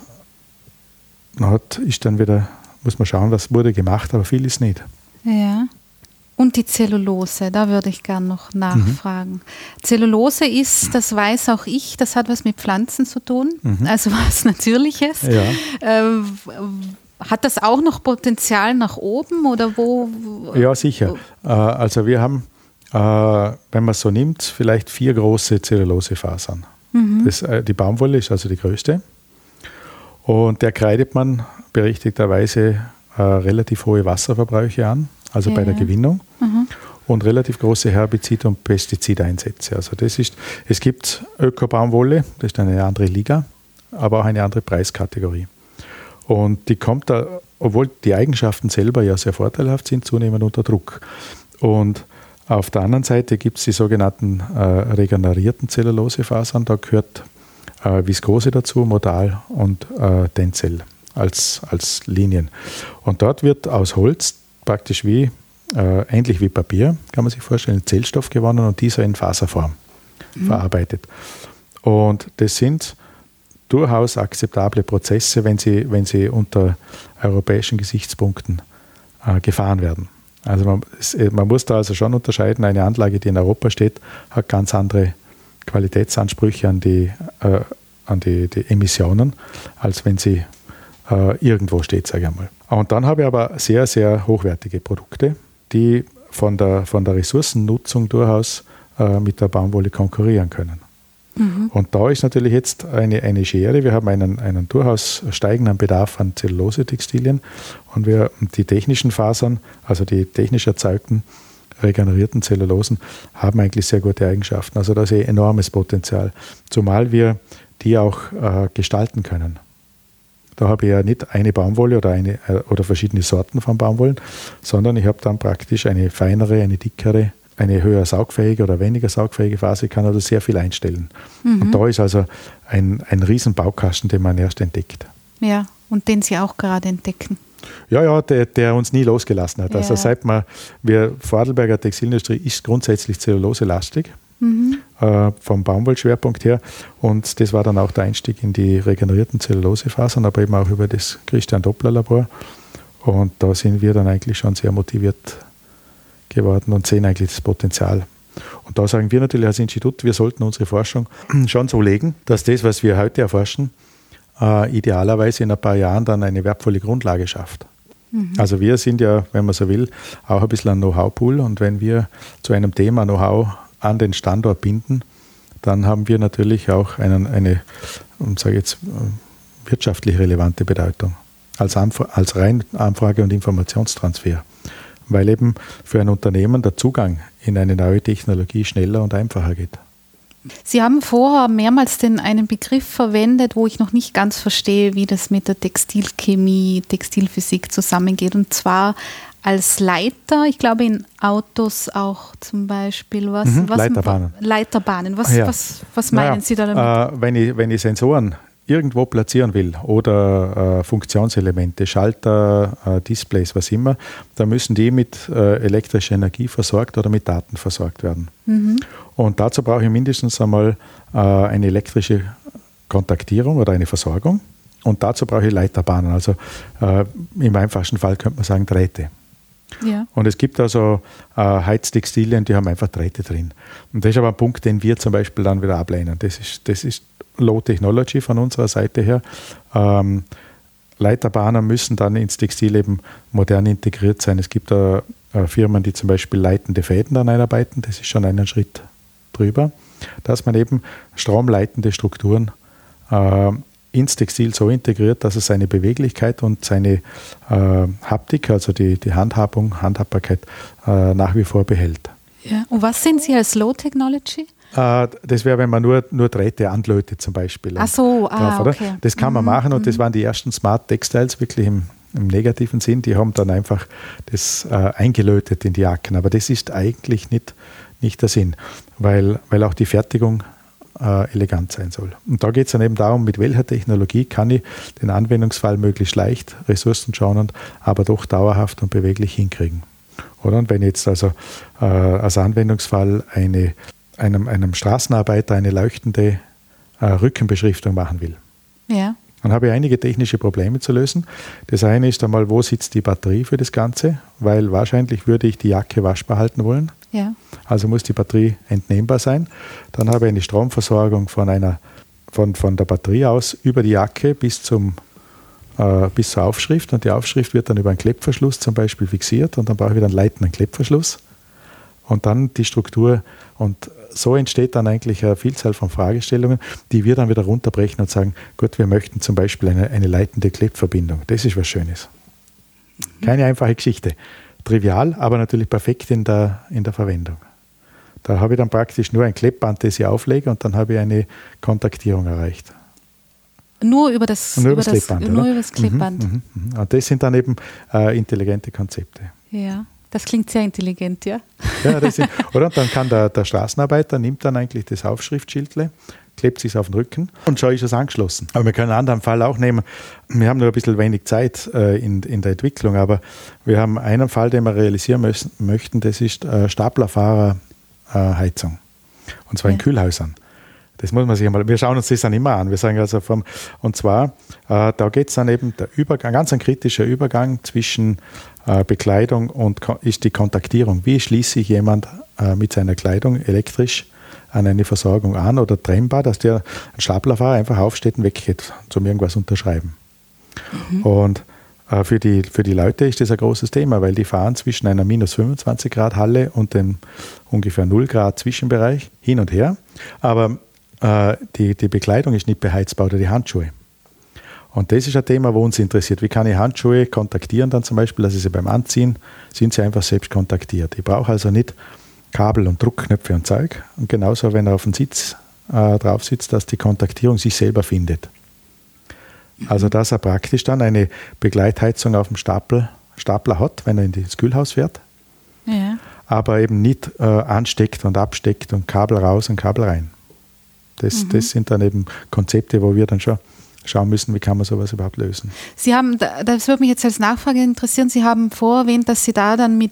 ist dann wieder, muss man schauen, was wurde gemacht, aber viel ist nicht.
Ja. Und die Zellulose, da würde ich gern noch nachfragen. Zellulose ist, das weiß auch ich, das hat was mit Pflanzen zu tun, also was Natürliches.
Ja.
Hat das auch noch Potenzial nach oben oder wo?
Ja, sicher. Also wir haben, wenn man es so nimmt, vielleicht 4 große Zellulosefasern. Die Baumwolle ist also die größte. Und der kreidet man berechtigterweise relativ hohe Wasserverbräuche an, also bei der Gewinnung. Und relativ große Herbizid- und Pestizideinsätze. Also es gibt Öko-Baumwolle, das ist eine andere Liga, aber auch eine andere Preiskategorie. Und die kommt da, obwohl die Eigenschaften selber ja sehr vorteilhaft sind, zunehmend unter Druck. Und auf der anderen Seite gibt es die sogenannten regenerierten Zellulosefasern. Da gehört Viskose dazu, Modal und Tencel als Linien. Und dort wird aus Holz praktisch ähnlich wie Papier, kann man sich vorstellen, Zellstoff gewonnen und dieser in Faserform verarbeitet. Und das sind durchaus akzeptable Prozesse, wenn sie unter europäischen Gesichtspunkten gefahren werden. Also man muss da also schon unterscheiden, eine Anlage, die in Europa steht, hat ganz andere Qualitätsansprüche an die Emissionen, als wenn sie irgendwo steht, sage ich mal. Und dann habe ich aber sehr, sehr hochwertige Produkte, die von der Ressourcennutzung durchaus mit der Baumwolle konkurrieren können. Und da ist natürlich jetzt eine Schere. Wir haben einen durchaus steigenden Bedarf an Zellulose-Textilien und die technischen Fasern, also die technisch erzeugten regenerierten Zellulosen, haben eigentlich sehr gute Eigenschaften. Also da ist enormes Potenzial, zumal wir die auch gestalten können. Da habe ich ja nicht eine Baumwolle oder verschiedene Sorten von Baumwollen, sondern ich habe dann praktisch eine feinere, eine dickere, eine höher saugfähige oder weniger saugfähige Phase, kann also sehr viel einstellen. Und da ist also ein riesen Baukasten, den man erst entdeckt.
Ja, und den Sie auch gerade entdecken.
Ja, der uns nie losgelassen hat. Ja. Also seit Vorarlberger Textilindustrie ist grundsätzlich zelluloselastig, vom Baumwollschwerpunkt her. Und das war dann auch der Einstieg in die regenerierten Zellulosefasern, aber eben auch über das Christian-Doppler-Labor. Und da sind wir dann eigentlich schon sehr motiviert geworden und sehen eigentlich das Potenzial. Und da sagen wir natürlich als Institut, wir sollten unsere Forschung schon so legen, dass das, was wir heute erforschen, idealerweise in ein paar Jahren dann eine wertvolle Grundlage schafft. Also wir sind ja, wenn man so will, auch ein bisschen ein Know-how-Pool und wenn wir zu einem Thema Know-how an den Standort binden, dann haben wir natürlich auch eine sage jetzt, wirtschaftlich relevante Bedeutung als rein Anfrage- und Informationstransfer. Weil eben für ein Unternehmen der Zugang in eine neue Technologie schneller und einfacher geht.
Sie haben vorher mehrmals einen Begriff verwendet, wo ich noch nicht ganz verstehe, wie das mit der Textilchemie, Textilphysik zusammengeht. Und zwar als Leiter, ich glaube in Autos auch zum Beispiel.
Leiterbahnen.
Leiterbahnen. Was meinen Sie da damit?
Wenn ich Sensoren irgendwo platzieren will oder Funktionselemente, Schalter, Displays, was immer, da müssen die mit elektrischer Energie versorgt oder mit Daten versorgt werden. Und dazu brauche ich mindestens einmal eine elektrische Kontaktierung oder eine Versorgung und dazu brauche ich Leiterbahnen, also im einfachsten Fall könnte man sagen Drähte.
Ja.
Und es gibt also Heiztextilien, die haben einfach Drähte drin. Und das ist aber ein Punkt, den wir zum Beispiel dann wieder ablehnen. Das ist Low Technology von unserer Seite her. Leiterbahnen müssen dann ins Textil eben modern integriert sein. Es gibt Firmen, die zum Beispiel leitende Fäden dann einarbeiten. Das ist schon einen Schritt drüber, dass man eben stromleitende Strukturen ins Textil so integriert, dass es seine Beweglichkeit und seine Haptik, also die Handhabbarkeit nach wie vor behält.
Ja. Und was sehen Sie als Low Technology?
Das wäre, wenn man nur Drähte anlötet zum Beispiel.
Ach so,
drauf,
okay.
Das kann man machen und das waren die ersten Smart Textiles wirklich im negativen Sinn. Die haben dann einfach das eingelötet in die Jacken. Aber das ist eigentlich nicht der Sinn, weil auch die Fertigung elegant sein soll. Und da geht es dann eben darum, mit welcher Technologie kann ich den Anwendungsfall möglichst leicht, ressourcenschonend, aber doch dauerhaft und beweglich hinkriegen. Oder? Und wenn ich jetzt also als Anwendungsfall einem Straßenarbeiter eine leuchtende Rückenbeschriftung machen will,
ja.
dann habe ich einige technische Probleme zu lösen. Das eine ist einmal, wo sitzt die Batterie für das Ganze, weil wahrscheinlich würde ich die Jacke waschbar halten wollen.
Ja. Also
muss die Batterie entnehmbar sein. Dann habe ich eine Stromversorgung von der Batterie aus über die Jacke bis zur Aufschrift. Und die Aufschrift wird dann über einen Klettverschluss zum Beispiel fixiert und dann brauche ich wieder einen leitenden Klettverschluss. Und dann die Struktur. Und so entsteht dann eigentlich eine Vielzahl von Fragestellungen, die wir dann wieder runterbrechen und sagen, gut, wir möchten zum Beispiel eine leitende Klettverbindung. Das ist was Schönes. Keine einfache Geschichte. Trivial, aber natürlich perfekt in der Verwendung. Da habe ich dann praktisch nur ein Klettband, das ich auflege und dann habe ich eine Kontaktierung erreicht.
Nur über das Klettband.
Und das sind dann eben intelligente Konzepte.
Ja, das klingt sehr intelligent, ja.
Ja, oder? Und dann kann der Straßenarbeiter, nimmt dann eigentlich das Aufschriftschildle, klebt es auf den Rücken und schon ist es angeschlossen. Aber wir können einen anderen Fall auch nehmen. Wir haben nur ein bisschen wenig Zeit in der Entwicklung, aber wir haben einen Fall, den wir realisieren möchten, das ist Staplerfahrerheizung. Und zwar in Kühlhäusern. Das muss man sich einmal, wir schauen uns das dann immer an. Wir sagen also und zwar, da geht es dann eben ganz ein kritischer Übergang zwischen Bekleidung und ist die Kontaktierung. Wie schließe ich jemand mit seiner Kleidung elektrisch an eine Versorgung an oder trennbar, dass der ein Staplerfahrer einfach aufsteht und weggeht, zum irgendwas unterschreiben. Und für die Leute ist das ein großes Thema, weil die fahren zwischen einer minus 25 Grad Halle und dem ungefähr 0 Grad Zwischenbereich hin und her. Aber die Bekleidung ist nicht beheizbar oder die Handschuhe. Und das ist ein Thema, wo uns interessiert. Wie kann ich Handschuhe kontaktieren dann zum Beispiel, dass ich sie beim Anziehen, sind sie einfach selbst kontaktiert. Ich brauche also nicht Kabel und Druckknöpfe und Zeug. Und genauso, wenn er auf dem Sitz drauf sitzt, dass die Kontaktierung sich selber findet. Also dass er praktisch dann eine Begleitheizung auf dem Stapler hat, wenn er ins Kühlhaus fährt, aber eben nicht ansteckt und absteckt und Kabel raus und Kabel rein. Das sind dann eben Konzepte, wo wir dann schon schauen müssen, wie kann man sowas überhaupt lösen.
Sie haben, das würde mich jetzt als Nachfrage interessieren, Sie haben erwähnt, dass Sie da dann mit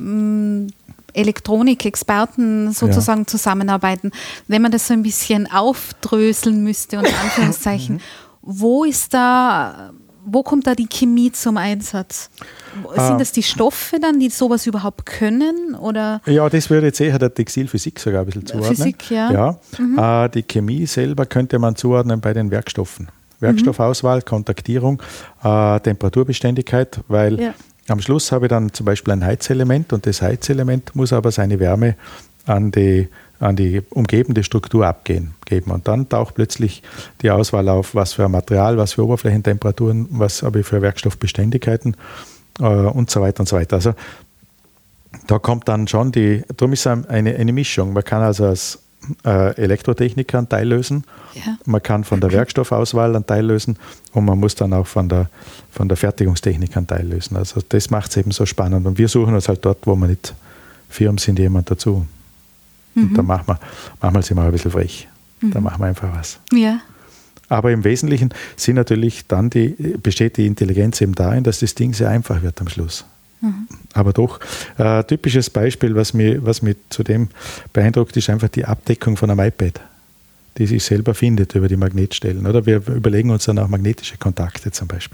Elektronikexperten sozusagen zusammenarbeiten. Wenn man das so ein bisschen aufdröseln müsste, unter Anführungszeichen, wo kommt da die Chemie zum Einsatz? Sind das die Stoffe dann, die sowas überhaupt können? Oder? Ja,
das würde jetzt eher der Textilphysik sogar ein bisschen zuordnen.
Physik, ja.
Die Chemie selber könnte man zuordnen bei den Werkstoffen. Werkstoffauswahl, Kontaktierung, Temperaturbeständigkeit, weil am Schluss habe ich dann zum Beispiel ein Heizelement und das Heizelement muss aber seine Wärme an die umgebende Struktur geben. Und dann taucht plötzlich die Auswahl auf, was für ein Material, was für Oberflächentemperaturen, was habe ich für Werkstoffbeständigkeiten und so weiter und so weiter. Also da kommt dann schon darum ist es eine Mischung. Man kann also als Elektrotechniker einen Teil lösen, man kann von der Werkstoffauswahl einen Teil lösen und man muss dann auch von der Fertigungstechnik einen Teil lösen. Also das macht es eben so spannend. Und wir suchen uns halt dort, wo wir nicht Firmen sind, jemand dazu. Und da manchmal sind wir ein bisschen frech. Da machen wir einfach was.
Ja.
Aber im Wesentlichen sind natürlich besteht die Intelligenz eben darin, dass das Ding sehr einfach wird am Schluss. Aber doch, typisches Beispiel, was mich zudem beeindruckt, ist einfach die Abdeckung von einem iPad, die sich selber findet über die Magnetstellen. Oder wir überlegen uns dann auch magnetische Kontakte zum Beispiel.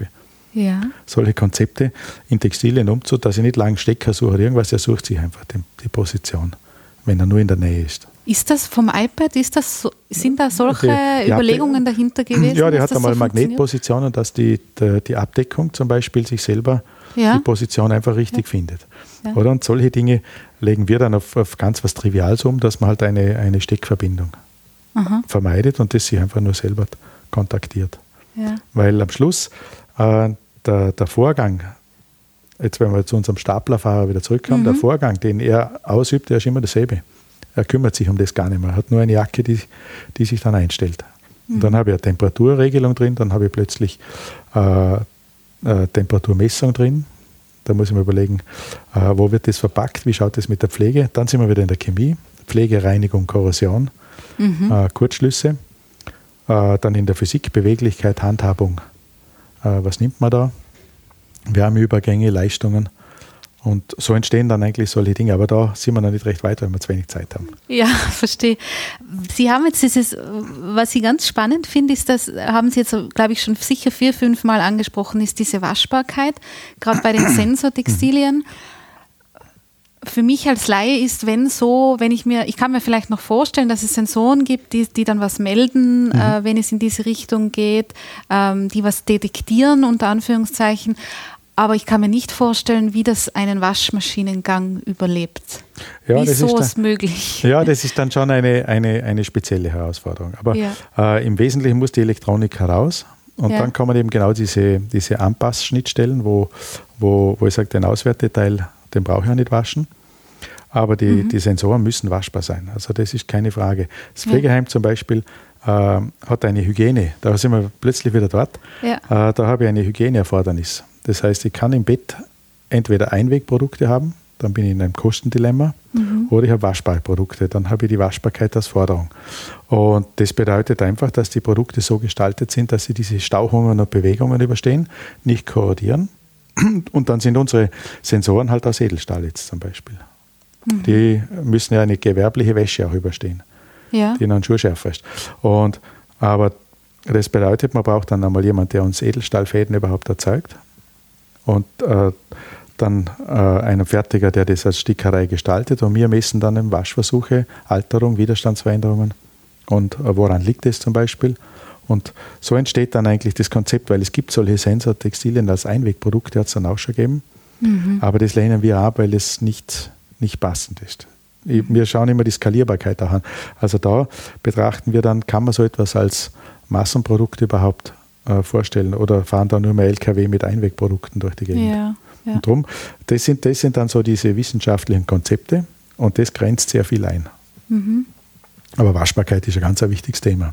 solche Konzepte in Textilien umzusetzen, dass ich nicht lange Stecker suche oder irgendwas, er sucht sich einfach die Position, wenn er nur in der Nähe ist.
Ist das vom iPad, sind da solche Überlegungen dahinter gewesen?
Ja, der hat einmal Magnetpositionen, dass die Abdeckung zum Beispiel sich selber die Position einfach richtig findet. Ja. Oder? Und solche Dinge legen wir dann auf ganz was Triviales um, dass man halt eine Steckverbindung vermeidet und das sich einfach nur selber kontaktiert. Ja. Weil am Schluss der Vorgang, jetzt wenn wir zu unserem Staplerfahrer wieder zurückkommen, der Vorgang, den er ausübt, der ist immer dasselbe. Er kümmert sich um das gar nicht mehr. Er hat nur eine Jacke, die sich dann einstellt. Und dann habe ich eine Temperaturregelung drin, dann habe ich plötzlich Temperaturmessung drin. Da muss ich mir überlegen, wo wird das verpackt, wie schaut das mit der Pflege. Dann sind wir wieder in der Chemie, Pflege, Reinigung, Korrosion, Kurzschlüsse. Dann in der Physik, Beweglichkeit, Handhabung. Was nimmt man da? Wärmeübergänge, Leistungen. Und so entstehen dann eigentlich solche Dinge. Aber da sind wir noch nicht recht weiter, weil wir zu wenig Zeit haben.
Ja, verstehe. Sie haben jetzt dieses, was ich ganz spannend finde, ist, das haben Sie jetzt, glaube ich, schon sicher 4-5 Mal angesprochen, ist diese Waschbarkeit, gerade bei den Sensortextilien. Für mich als Laie ist, ich kann mir vielleicht noch vorstellen, dass es Sensoren gibt, die dann was melden, wenn es in diese Richtung geht, die was detektieren, unter Anführungszeichen. Aber ich kann mir nicht vorstellen, wie das einen Waschmaschinengang überlebt. Ja, wie ist sowas möglich?
Ja, das ist dann schon eine spezielle Herausforderung. Aber im Wesentlichen muss die Elektronik heraus. Und dann kommen eben genau diese Anpassschnittstellen, wo ich sage, den Auswerteteil, den brauche ich ja nicht waschen. Aber die Sensoren müssen waschbar sein. Also das ist keine Frage. Das Pflegeheim zum Beispiel hat eine Hygiene. Da sind wir plötzlich wieder dort. Ja. Da habe ich eine Hygieneerfordernis. Das heißt, ich kann im Bett entweder Einwegprodukte haben, dann bin ich in einem Kostendilemma, oder ich habe waschbare Produkte, dann habe ich die Waschbarkeit als Forderung. Und das bedeutet einfach, dass die Produkte so gestaltet sind, dass sie diese Stauchungen und Bewegungen überstehen, nicht korrodieren. Und dann sind unsere Sensoren halt aus Edelstahl jetzt zum Beispiel. Die müssen ja eine gewerbliche Wäsche auch überstehen, die dann schuhschärfer ist. Aber das bedeutet, man braucht dann einmal jemanden, der uns Edelstahlfäden überhaupt erzeugt. Und dann einen Fertiger, der das als Stickerei gestaltet. Und wir messen dann im Waschversuche, Alterung, Widerstandsveränderungen und woran liegt es zum Beispiel. Und so entsteht dann eigentlich das Konzept, weil es gibt solche Sensortextilien als Einwegprodukte, hat es dann auch schon gegeben. Aber das lehnen wir ab, weil es nicht passend ist. Wir schauen immer die Skalierbarkeit auch an. Also da betrachten wir dann, kann man so etwas als Massenprodukt überhaupt vorstellen oder fahren da nur mehr LKW mit Einwegprodukten durch die Gegend. Ja. Und darum, das sind dann so diese wissenschaftlichen Konzepte und das grenzt sehr viel ein. Aber Waschbarkeit ist ein ganz wichtiges Thema.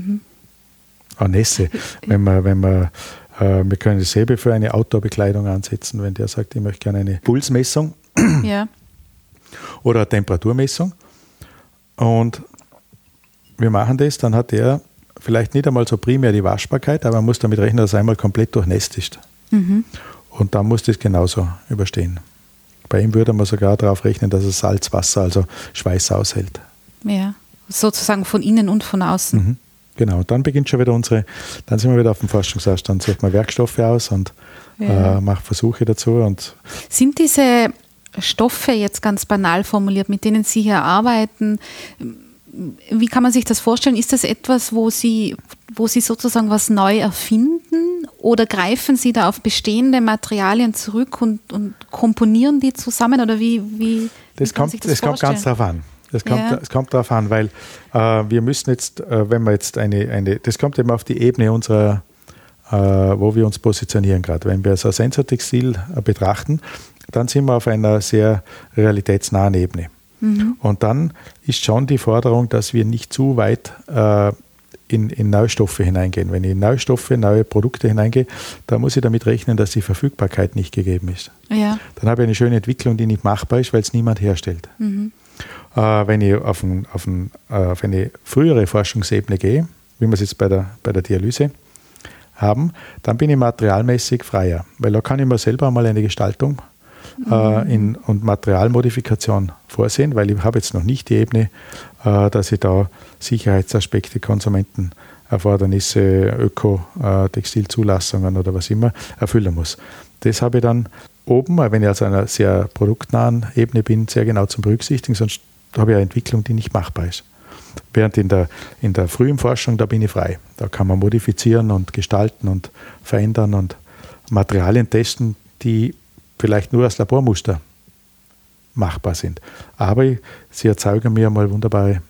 Auch Nässe. Wir können dasselbe für eine Outdoor-Bekleidung ansetzen, wenn der sagt, ich möchte gerne eine Pulsmessung oder eine Temperaturmessung und wir machen das, dann hat der vielleicht nicht einmal so primär die Waschbarkeit, aber man muss damit rechnen, dass er einmal komplett durchnässt ist. Und dann muss das genauso überstehen. Bei ihm würde man sogar darauf rechnen, dass er Salzwasser, also Schweiß aushält.
Ja, sozusagen von innen und von außen.
Genau, und dann beginnt schon wieder dann sind wir wieder auf dem Forschungshaus, dann sucht man Werkstoffe aus und macht Versuche dazu. Und
sind diese Stoffe jetzt ganz banal formuliert, mit denen Sie hier arbeiten, wie kann man sich das vorstellen? Ist das etwas, wo Sie sozusagen was neu erfinden oder greifen Sie da auf bestehende Materialien zurück und komponieren die zusammen? Oder wie
das kommt ganz darauf an. Es kommt darauf an, weil wir müssen jetzt, wenn wir jetzt das kommt eben auf die Ebene unserer, wo wir uns positionieren gerade. Wenn wir so ein Sensortextil betrachten, dann sind wir auf einer sehr realitätsnahen Ebene. Und dann ist schon die Forderung, dass wir nicht zu weit in neue Stoffe hineingehen. Wenn ich in neue Produkte hineingehe, dann muss ich damit rechnen, dass die Verfügbarkeit nicht gegeben ist. Ja. Dann habe ich eine schöne Entwicklung, die nicht machbar ist, weil es niemand herstellt. Wenn ich auf eine frühere Forschungsebene gehe, wie wir es jetzt bei der Dialyse haben, dann bin ich materialmäßig freier, weil da kann ich mir selber einmal eine Gestaltung und Materialmodifikation vorsehen, weil ich habe jetzt noch nicht die Ebene, dass ich da Sicherheitsaspekte, Konsumenten Erfordernisse, Öko-Textilzulassungen oder was immer erfüllen muss. Das habe ich dann oben, wenn ich also an einer sehr produktnahen Ebene bin, sehr genau zum Berücksichtigen, sonst habe ich eine Entwicklung, die nicht machbar ist. Während in der frühen Forschung, da bin ich frei. Da kann man modifizieren und gestalten und verändern und Materialien testen, die vielleicht nur als Labormuster machbar sind. Aber sie erzeugen mir mal wunderbare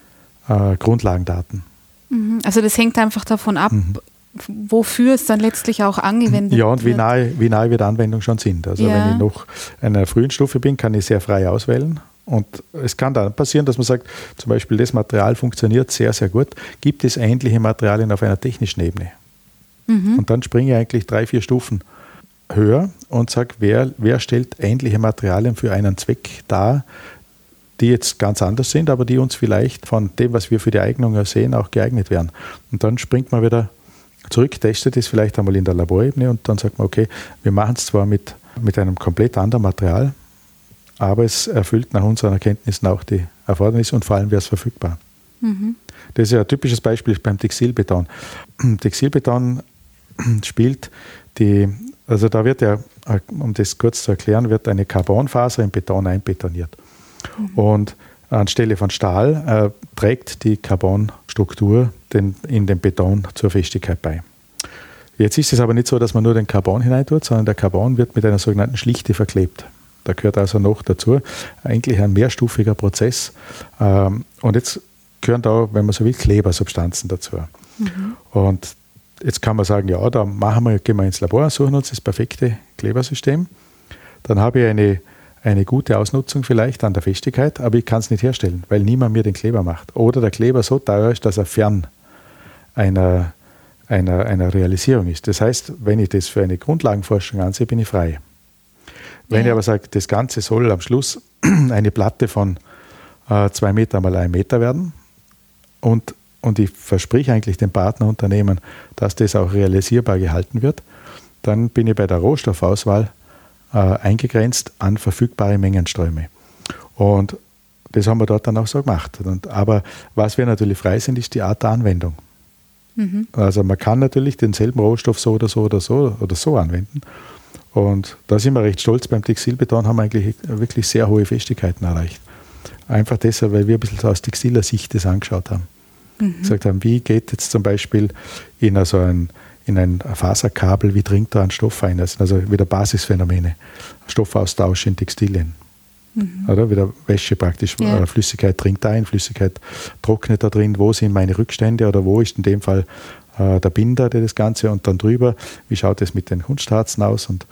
Grundlagendaten.
Also das hängt einfach davon ab, wofür es dann letztlich auch angewendet wird.
Ja, und wie nahe wir der Anwendung schon sind. Also wenn ich noch in einer frühen Stufe bin, kann ich sehr frei auswählen. Und es kann dann passieren, dass man sagt, zum Beispiel das Material funktioniert sehr, sehr gut. Gibt es ähnliche Materialien auf einer technischen Ebene? Und dann springe ich eigentlich 3-4 Stufen höher und sage, wer stellt ähnliche Materialien für einen Zweck dar, die jetzt ganz anders sind, aber die uns vielleicht von dem, was wir für die Eignung sehen, auch geeignet wären. Und dann springt man wieder zurück, testet es vielleicht einmal in der Laborebene und dann sagt man, okay, wir machen es zwar mit einem komplett anderen Material, aber es erfüllt nach unseren Erkenntnissen auch die Erfordernisse und vor allem wäre es verfügbar. Das ist ja ein typisches Beispiel beim Textilbeton. Textilbeton spielt also da wird ja, um das kurz zu erklären, wird eine Carbonfaser im Beton einbetoniert. Und anstelle von Stahl trägt die Carbonstruktur in den Beton zur Festigkeit bei. Jetzt ist es aber nicht so, dass man nur den Carbon hineintut, sondern der Carbon wird mit einer sogenannten Schlichte verklebt. Da gehört also noch dazu eigentlich ein mehrstufiger Prozess. Und jetzt gehören da, wenn man so will, Klebersubstanzen dazu. Und jetzt kann man sagen, ja, da gehen wir ins Labor, suchen uns das perfekte Klebersystem. Dann habe ich eine gute Ausnutzung vielleicht an der Festigkeit, aber ich kann es nicht herstellen, weil niemand mir den Kleber macht. Oder der Kleber so teuer ist, dass er fern einer Realisierung ist. Das heißt, wenn ich das für eine Grundlagenforschung ansehe, bin ich frei. Wenn ich aber sage, das Ganze soll am Schluss eine Platte von 2 Meter mal 1 Meter werden und ich verspreche eigentlich dem Partnerunternehmen, dass das auch realisierbar gehalten wird, dann bin ich bei der Rohstoffauswahl eingegrenzt an verfügbare Mengenströme. Und das haben wir dort dann auch so gemacht. Aber was wir natürlich frei sind, ist die Art der Anwendung. Also man kann natürlich denselben Rohstoff so oder so oder so oder so anwenden. Und da sind wir recht stolz. Beim Textilbeton haben wir eigentlich wirklich sehr hohe Festigkeiten erreicht. Einfach deshalb, weil wir ein bisschen aus textiler Sicht das angeschaut haben. Gesagt haben, wie geht jetzt zum Beispiel in ein Faserkabel, wie dringt da ein Stoff ein? Das sind also wieder Basisphänomene. Stoffaustausch in Textilien. Oder wieder Wäsche praktisch. Flüssigkeit dringt ein, Flüssigkeit trocknet da drin. Wo sind meine Rückstände oder wo ist in dem Fall der Binder, der das Ganze, und dann drüber, wie schaut es mit den Kunstharzen aus? Und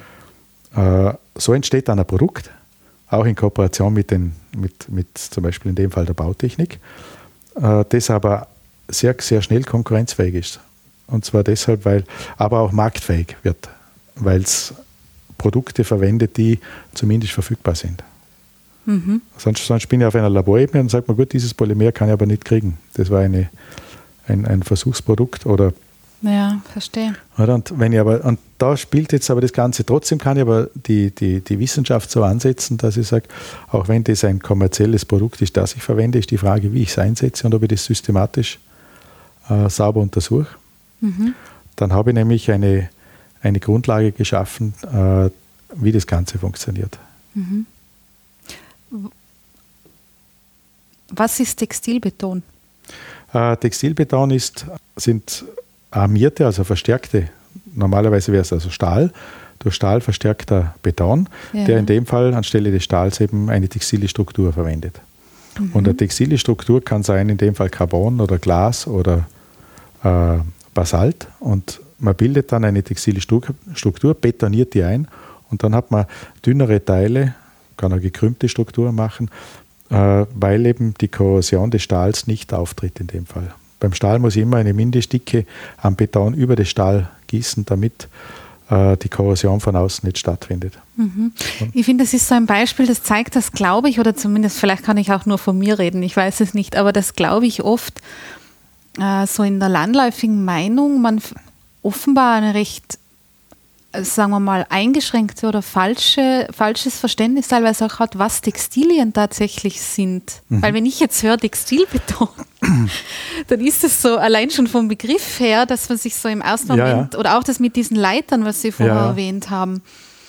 so entsteht dann ein Produkt, auch in Kooperation mit zum Beispiel in dem Fall der Bautechnik, das aber sehr, sehr schnell konkurrenzfähig ist. Und zwar deshalb, aber auch marktfähig wird, weil es Produkte verwendet, die zumindest verfügbar sind. Sonst bin ich auf einer Laborebene und sage mir, gut, dieses Polymer kann ich aber nicht kriegen. Das war ein Versuchsprodukt oder.
Ja, verstehe.
Und da spielt jetzt aber das Ganze, trotzdem kann ich aber die Wissenschaft so ansetzen, dass ich sage, auch wenn das ein kommerzielles Produkt ist, das ich verwende, ist die Frage, wie ich es einsetze und ob ich das systematisch sauber untersuche. Dann habe ich nämlich eine Grundlage geschaffen, wie das Ganze funktioniert.
Was ist Textilbeton?
Textilbeton sind armierte, also verstärkte, normalerweise wäre es also Stahl, durch Stahl verstärkter Beton, der in dem Fall anstelle des Stahls eben eine textile Struktur verwendet. Und eine textile Struktur kann sein, in dem Fall Carbon oder Glas oder Basalt, und man bildet dann eine textile Struktur, betoniert die ein und dann hat man dünnere Teile, kann eine gekrümmte Struktur machen, weil eben die Korrosion des Stahls nicht auftritt in dem Fall. Beim Stahl muss ich immer eine Mindestdicke am Beton über den Stahl gießen, damit die Korrosion von außen nicht stattfindet.
Ich finde, das ist so ein Beispiel, das zeigt das, glaube ich, oder zumindest vielleicht kann ich auch nur von mir reden, ich weiß es nicht, aber das glaube ich oft so in der landläufigen Meinung, man offenbar eine recht sagen wir mal, eingeschränkte oder falsches Verständnis teilweise auch hat, was Textilien tatsächlich sind. Weil wenn ich jetzt höre Textilbeton, dann ist es so allein schon vom Begriff her, dass man sich so im ersten Moment, oder auch das mit diesen Leitern, was Sie vorher erwähnt haben,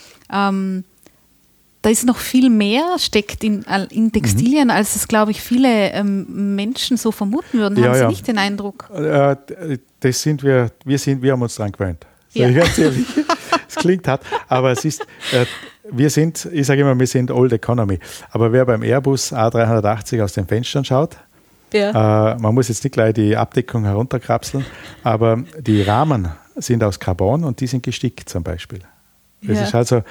da ist noch viel mehr steckt in Textilien, als es, glaube ich, viele Menschen so vermuten würden. Haben Sie nicht den Eindruck?
Das sind wir haben uns dran gewöhnt. Sag ich ganz ehrlich. Es klingt hart, aber es ist, ich sage immer, wir sind Old Economy. Aber wer beim Airbus A380 aus den Fenstern schaut, man muss jetzt nicht gleich die Abdeckung herunterkrapseln, aber die Rahmen sind aus Carbon und die sind gestickt zum Beispiel. Das ist also,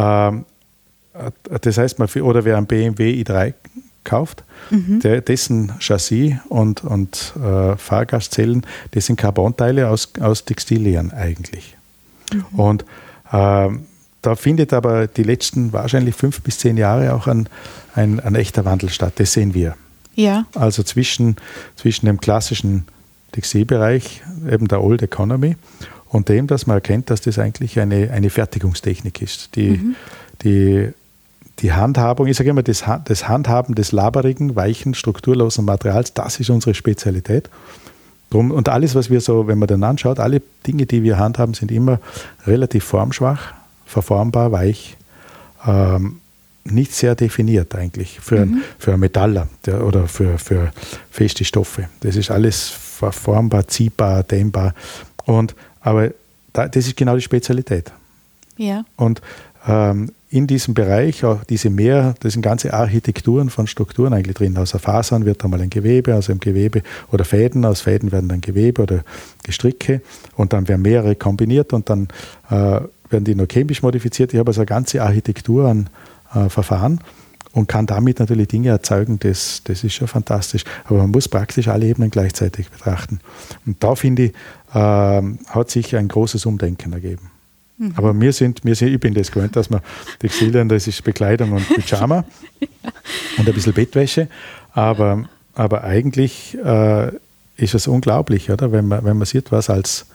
das heißt, oder wer einen BMW i3 kauft, dessen Chassis und Fahrgastzellen, das sind Carbonteile aus Textilien eigentlich. Und da findet aber die letzten wahrscheinlich 5 bis 10 Jahre auch ein echter Wandel statt. Das sehen wir.
Ja.
Also zwischen dem klassischen Textilbereich, eben der Old Economy, und dem, dass man erkennt, dass das eigentlich eine Fertigungstechnik ist. Die Handhabung, ich sage immer, das Handhaben des laberigen, weichen, strukturlosen Materials, das ist unsere Spezialität. Und alles, was wir so, wenn man dann anschaut, alle Dinge, die wir handhaben, sind immer relativ formschwach, verformbar, weich, nicht sehr definiert eigentlich für einen Metaller oder für feste Stoffe. Das ist alles verformbar, ziehbar, dehnbar. Aber das ist genau die Spezialität.
Ja.
Und in diesem Bereich, auch das sind ganze Architekturen von Strukturen eigentlich drin. Aus Fasern wird einmal ein Gewebe, aus einem Gewebe oder Fäden, aus Fäden werden dann Gewebe oder Gestricke und dann werden mehrere kombiniert und dann werden die noch chemisch modifiziert. Ich habe also eine ganze Architektur an Verfahren und kann damit natürlich Dinge erzeugen, das ist schon fantastisch. Aber man muss praktisch alle Ebenen gleichzeitig betrachten. Und da, finde ich, hat sich ein großes Umdenken ergeben. Aber ich bin das gewöhnt, dass man Textilien, das ist Bekleidung und Pyjama und ein bisschen Bettwäsche. Aber eigentlich ist es unglaublich, oder? Wenn man sieht, was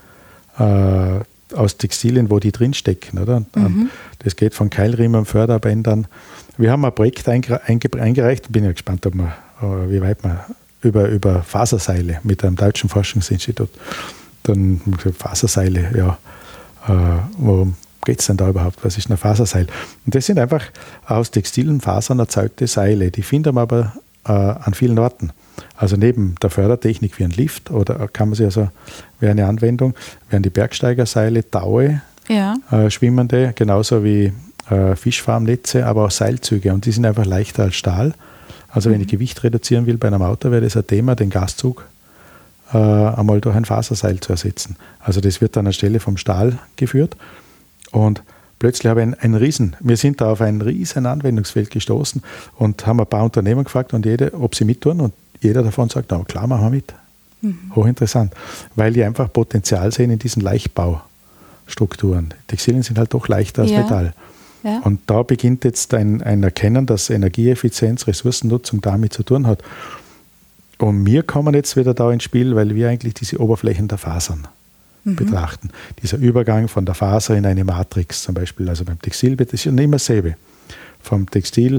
aus Textilien, wo die drinstecken, oder? Das geht von Keilriemen, Förderbändern. Wir haben ein Projekt eingereicht, bin ja gespannt, wie weit man über Faserseile mit einem deutschen Forschungsinstitut. Dann Faserseile, ja. Worum geht es denn da überhaupt? Was ist ein Faserseil? Und das sind einfach aus textilen Fasern erzeugte Seile. Die finden wir aber an vielen Orten. Also neben der Fördertechnik wie ein Lift oder kann man sich also, wäre eine Anwendung, wären die Bergsteigerseile, Taue, schwimmende, genauso wie Fischfarmnetze, aber auch Seilzüge. Und die sind einfach leichter als Stahl. Also wenn ich Gewicht reduzieren will bei einem Auto, wäre das ein Thema, den Gastzug einmal durch ein Faserseil zu ersetzen. Also das wird dann anstelle vom Stahl geführt und plötzlich habe ich wir sind da auf ein riesen Anwendungsfeld gestoßen und haben ein paar Unternehmen gefragt und ob sie mittun und jeder davon sagt, na klar, machen wir mit. Hochinteressant, weil die einfach Potenzial sehen in diesen Leichtbaustrukturen. Textilien sind halt doch leichter als Metall. Ja. Und da beginnt jetzt ein Erkennen, dass Energieeffizienz, Ressourcennutzung damit zu tun hat. Und wir kommen jetzt wieder da ins Spiel, weil wir eigentlich diese Oberflächen der Fasern betrachten. Dieser Übergang von der Faser in eine Matrix zum Beispiel, also beim Textil, das ist ja nicht immer dasselbe. Vom Textil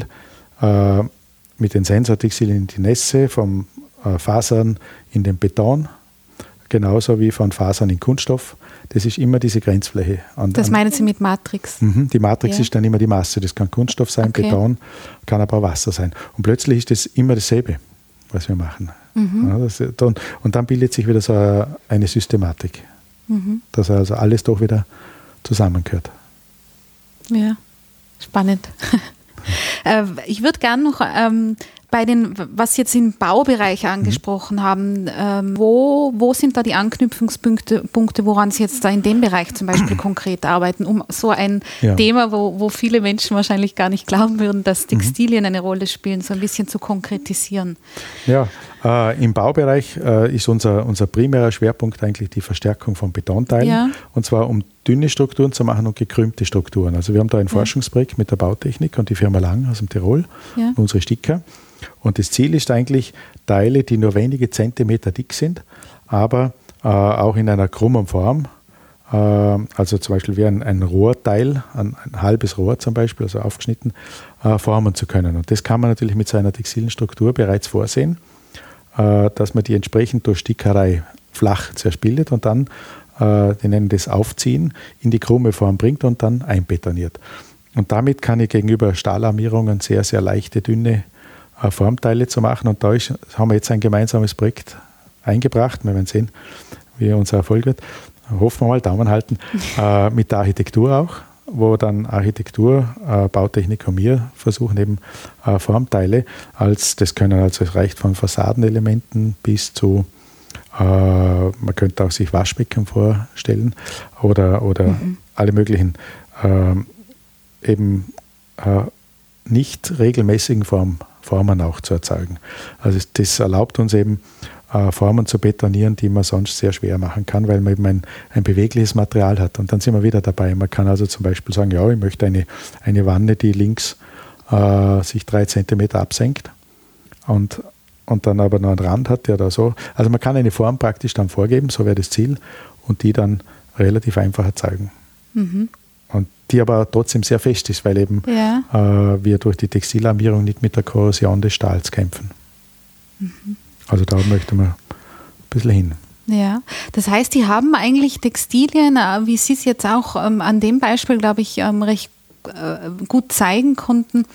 mit den Sensortextilien in die Nässe, vom Fasern in den Beton, genauso wie von Fasern in Kunststoff. Das ist immer diese Grenzfläche.
Das meinen Sie mit Matrix?
Die Matrix ist dann immer die Masse. Das kann Kunststoff sein, Beton, kann aber auch Wasser sein. Und plötzlich ist das immer dasselbe, was wir machen. Und dann bildet sich wieder so eine Systematik, dass also alles doch wieder zusammengehört.
Ja, spannend. Ich würde gerne noch was Sie jetzt im Baubereich angesprochen haben, wo sind da die Anknüpfungspunkte, woran Sie jetzt da in dem Bereich zum Beispiel konkret arbeiten, um so ein Thema, wo viele Menschen wahrscheinlich gar nicht glauben würden, dass Textilien eine Rolle spielen, so ein bisschen zu konkretisieren?
Ja, im Baubereich ist unser primärer Schwerpunkt eigentlich die Verstärkung von Betonteilen, und zwar um dünne Strukturen zu machen und gekrümmte Strukturen. Also wir haben da ein Forschungsprojekt mit der Bautechnik und die Firma Lang aus dem Tirol, unsere Sticker. Und das Ziel ist eigentlich, Teile, die nur wenige Zentimeter dick sind, aber auch in einer krummen Form, also zum Beispiel wie ein Rohrteil, ein halbes Rohr zum Beispiel, also aufgeschnitten, formen zu können. Und das kann man natürlich mit so einer textilen Struktur bereits vorsehen, dass man die entsprechend durch Stickerei flach zerspildet und dann, die nennen das Aufziehen, in die krumme Form bringt und dann einbetoniert. Und damit kann ich gegenüber Stahlarmierungen sehr, sehr leichte, dünne Formteile zu machen. Und da haben wir jetzt ein gemeinsames Projekt eingebracht. Wir werden sehen, wie unser Erfolg wird. Hoffen wir mal, Daumen halten. Mit der Architektur auch, wo dann Architektur, Bautechnik und wir versuchen eben Formteile, das reicht von Fassadenelementen bis zu, man könnte auch sich Waschbecken vorstellen oder alle möglichen eben nicht regelmäßigen Formen auch zu erzeugen. Also das erlaubt uns eben, Formen zu betonieren, die man sonst sehr schwer machen kann, weil man eben ein bewegliches Material hat. Und dann sind wir wieder dabei. Man kann also zum Beispiel sagen, ja, ich möchte eine Wanne, die links sich 3 Zentimeter absenkt und dann aber noch einen Rand hat, der da so. Also man kann eine Form praktisch dann vorgeben, so wäre das Ziel, und die dann relativ einfach erzeugen. Mhm. Und die aber trotzdem sehr fest ist, weil eben wir durch die Textilarmierung nicht mit der Korrosion des Stahls kämpfen. Mhm. Also da möchte man ein bisschen hin.
Ja, das heißt, die haben eigentlich Textilien, wie Sie es jetzt auch an dem Beispiel, glaube ich, recht gut zeigen konnten,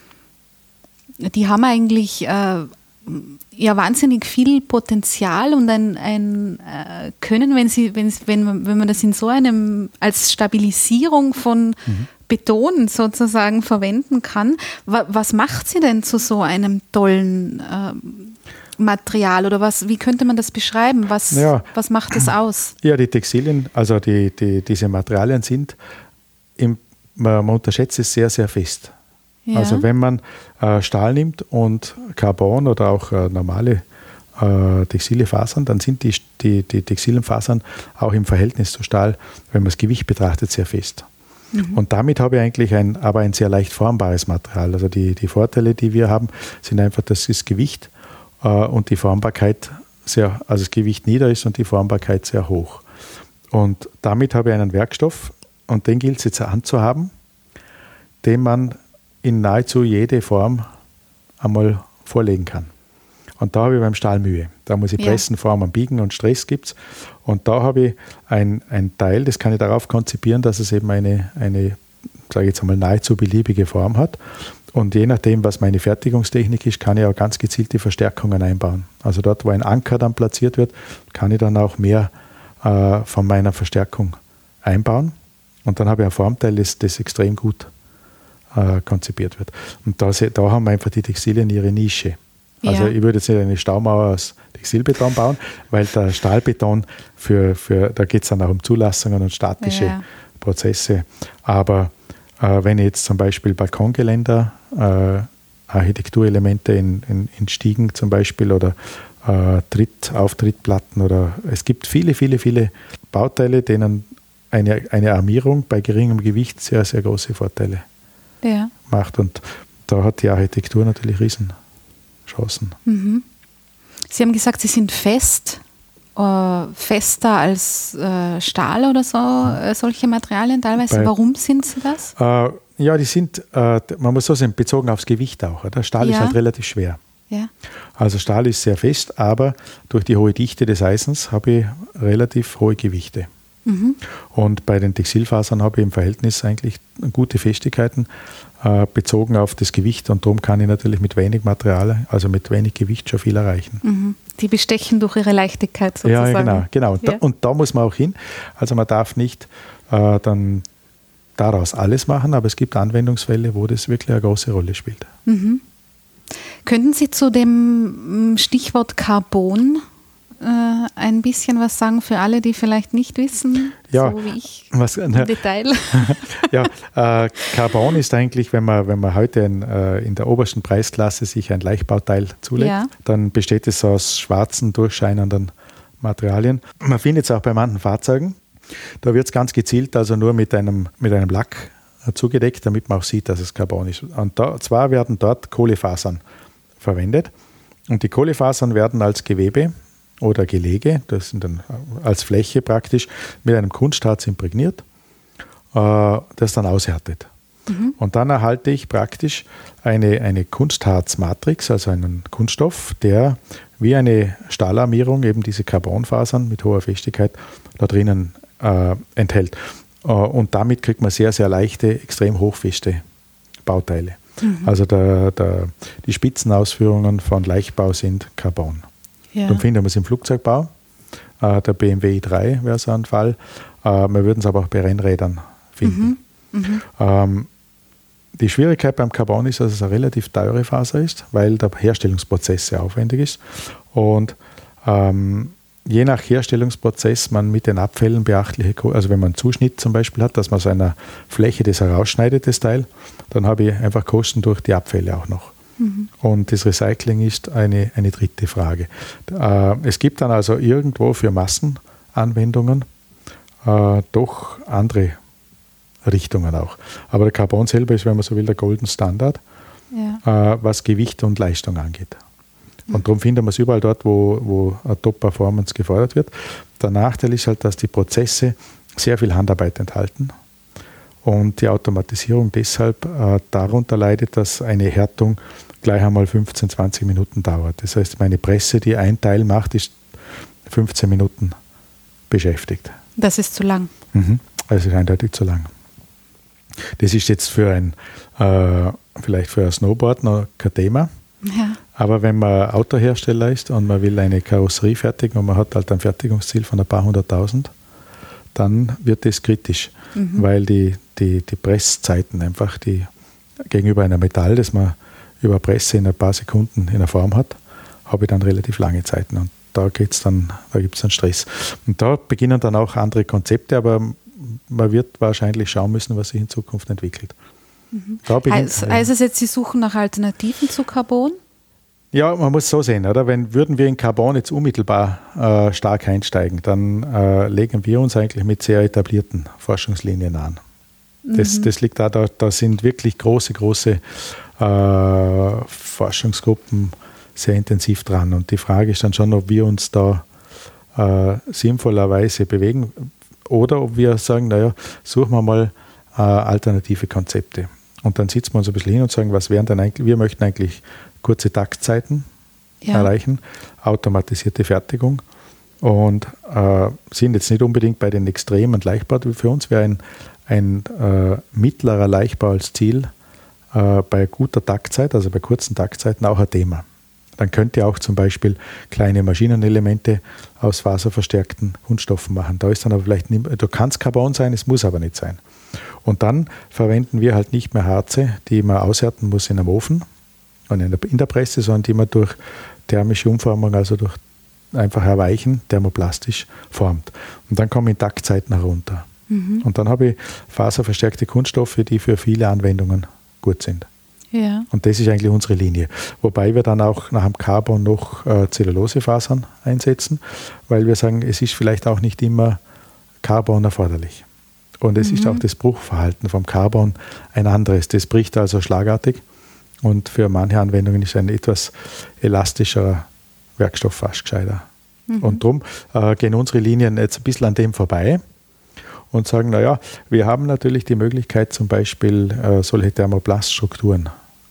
die haben eigentlich wahnsinnig viel Potenzial und ein Können, wenn man das in so einem als Stabilisierung von Beton sozusagen verwenden kann. Was macht sie denn zu so einem tollen Material oder wie könnte man das beschreiben? Was macht es aus?
Ja, die Textilien, also diese Materialien sind, man unterschätzt es sehr, sehr fest. Ja. Also wenn man Stahl nimmt und Carbon oder auch normale textile Fasern, dann sind die textilen Fasern auch im Verhältnis zu Stahl, wenn man das Gewicht betrachtet, sehr fest. Mhm. Und damit habe ich eigentlich aber ein sehr leicht formbares Material. Also die Vorteile, die wir haben, sind einfach, dass das Gewicht und die Formbarkeit also das Gewicht nieder ist und die Formbarkeit sehr hoch. Und damit habe ich einen Werkstoff, und den gilt es jetzt anzuhaben, den man in nahezu jede Form einmal vorlegen kann. Und da habe ich beim Stahl Mühe. Da muss ich pressen, formen, biegen und Stress gibt es. Und da habe ich ein Teil, das kann ich darauf konzipieren, dass es eben eine sage ich jetzt einmal, nahezu beliebige Form hat. Und je nachdem, was meine Fertigungstechnik ist, kann ich auch ganz gezielt die Verstärkungen einbauen. Also dort, wo ein Anker dann platziert wird, kann ich dann auch mehr von meiner Verstärkung einbauen. Und dann habe ich ein Formteil, das extrem gut konzipiert wird. Und da haben einfach die Textilien ihre Nische. Also ich würde jetzt nicht eine Staumauer aus Textilbeton bauen, weil der Stahlbeton, da geht es dann auch um Zulassungen und statische Prozesse. Aber wenn ich jetzt zum Beispiel Balkongeländer, Architekturelemente in Stiegen zum Beispiel oder Auftrittplatten oder es gibt viele, viele, viele Bauteile, denen eine Armierung bei geringem Gewicht sehr, sehr große Vorteile macht. Und da hat die Architektur natürlich Riesenchancen. Mhm.
Sie haben gesagt, sie sind fester als Stahl oder so, solche Materialien teilweise. Warum sind sie das?
Ja, die sind, man muss so sagen, bezogen aufs Gewicht auch. Oder? Stahl ist halt relativ schwer. Ja. Also Stahl ist sehr fest, aber durch die hohe Dichte des Eisens habe ich relativ hohe Gewichte. Mhm. Und bei den Textilfasern habe ich im Verhältnis eigentlich gute Festigkeiten bezogen auf das Gewicht, und darum kann ich natürlich mit wenig Material, also mit wenig Gewicht schon viel erreichen.
Mhm. Die bestechen durch ihre Leichtigkeit sozusagen.
Ja, genau. Ja. Und da muss man auch hin. Also man darf nicht dann daraus alles machen, aber es gibt Anwendungsfälle, wo das wirklich eine große Rolle spielt.
Mhm. Könnten Sie zu dem Stichwort Carbon ein bisschen was sagen für alle, die vielleicht nicht wissen, so wie ich im Detail?
Ja, Carbon ist eigentlich, wenn man heute in der obersten Preisklasse sich ein Leichtbauteil zulegt, dann besteht es aus schwarzen, durchscheinenden Materialien. Man findet es auch bei manchen Fahrzeugen. Da wird es ganz gezielt, also nur mit einem Lack zugedeckt, damit man auch sieht, dass es Carbon ist. Und zwar werden dort Kohlefasern verwendet. Und die Kohlefasern werden als Gewebe oder Gelege, das sind dann als Fläche praktisch, mit einem Kunstharz imprägniert, das dann aushärtet. Und dann erhalte ich praktisch eine Kunstharzmatrix, also einen Kunststoff, der wie eine Stahlarmierung eben diese Carbonfasern mit hoher Festigkeit da drinnen enthält. Und damit kriegt man sehr, sehr leichte, extrem hochfeste Bauteile. Also die Spitzenausführungen von Leichtbau sind Carbon. Ja. Darum finden wir es im Flugzeugbau. Der BMW i3 wäre so ein Fall. Wir würden es aber auch bei Rennrädern finden. Die Schwierigkeit beim Carbon ist, dass es eine relativ teure Faser ist, weil der Herstellungsprozess sehr aufwendig ist. Und je nach Herstellungsprozess man mit den Abfällen beachtliche, also wenn man einen Zuschnitt zum Beispiel hat, dass man so einer Fläche das herausschneidet, das Teil, dann habe ich einfach Kosten durch die Abfälle auch noch. Und das Recycling ist eine dritte Frage. Es gibt dann also irgendwo für Massenanwendungen doch andere Richtungen auch. Aber der Carbon selber ist, wenn man so will, der Golden Standard, was Gewicht und Leistung angeht. Und darum finden wir es überall dort, wo eine Top-Performance gefordert wird. Der Nachteil ist halt, dass die Prozesse sehr viel Handarbeit enthalten und die Automatisierung deshalb darunter leidet, dass eine Härtung gleich einmal 15, 20 Minuten dauert. Das heißt, meine Presse, die ein Teil macht, ist 15 Minuten beschäftigt.
Das ist zu lang.
Das ist eindeutig zu lang. Das ist jetzt vielleicht für ein Snowboard noch kein Thema. Ja. Aber wenn man Autohersteller ist und man will eine Karosserie fertigen und man hat halt ein Fertigungsziel von ein paar 100.000, dann wird das kritisch, weil die Presszeiten einfach, die gegenüber einem Metall, das man über Presse in ein paar Sekunden in der Form hat, habe ich dann relativ lange Zeiten und da gibt es dann Stress. Und da beginnen dann auch andere Konzepte, aber man wird wahrscheinlich schauen müssen, was sich in Zukunft entwickelt.
Also jetzt, Sie suchen nach Alternativen zu Carbon?
Ja, man muss so sehen, oder? Würden wir in Carbon jetzt unmittelbar stark einsteigen, dann legen wir uns eigentlich mit sehr etablierten Forschungslinien an. Das liegt da sind wirklich große Forschungsgruppen sehr intensiv dran. Und die Frage ist dann schon, ob wir uns da sinnvollerweise bewegen oder ob wir sagen, naja, suchen wir mal alternative Konzepte. Und dann sitzen wir uns ein bisschen hin und sagen, was wären denn eigentlich, wir möchten eigentlich kurze Taktzeiten erreichen, automatisierte Fertigung und sind jetzt nicht unbedingt bei den Extremen Leichtbau. Für uns wäre ein mittlerer Leichtbau als Ziel bei guter Taktzeit, also bei kurzen Taktzeiten auch ein Thema. Dann könnt ihr auch zum Beispiel kleine Maschinenelemente aus faserverstärkten Kunststoffen machen. Da ist dann aber vielleicht nicht, da kann es Carbon sein, es muss aber nicht sein. Und dann verwenden wir halt nicht mehr Harze, die man aushärten muss in einem Ofen und in der Presse, sondern die man durch thermische Umformung, also durch einfach Erweichen, thermoplastisch formt. Und dann kommen Taktzeiten herunter. Und dann habe ich faserverstärkte Kunststoffe, die für viele Anwendungen gut sind. Ja. Und das ist eigentlich unsere Linie. Wobei wir dann auch nach dem Carbon noch Zellulosefasern einsetzen, weil wir sagen, es ist vielleicht auch nicht immer Carbon erforderlich. Und es ist auch das Bruchverhalten vom Carbon ein anderes. Das bricht also schlagartig und für manche Anwendungen ist ein etwas elastischerer Werkstoff fast gescheiter. Und darum gehen unsere Linien jetzt ein bisschen an dem vorbei und sagen, naja, wir haben natürlich die Möglichkeit, zum Beispiel solche Thermoplaststrukturen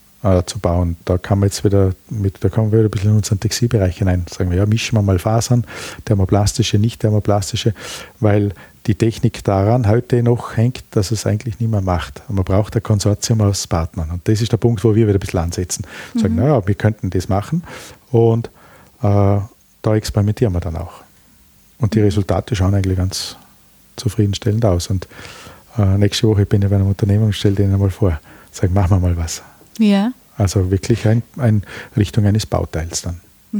zu bauen. Da kann man jetzt wieder ein bisschen in unseren Textilbereich hinein. Sagen wir, ja, mischen wir mal Fasern, thermoplastische, nicht thermoplastische, weil die Technik daran heute noch hängt, dass es eigentlich niemand macht. Und man braucht ein Konsortium aus Partnern. Und das ist der Punkt, wo wir wieder ein bisschen ansetzen. Sagen, naja, wir könnten das machen und da experimentieren wir dann auch. Und die Resultate schauen eigentlich ganz zufriedenstellend aus. Und nächste Woche bin ich bei einem Unternehmen und stelle denen einmal vor, sage, machen wir mal was. Ja. Also wirklich ein Richtung eines Bauteils dann.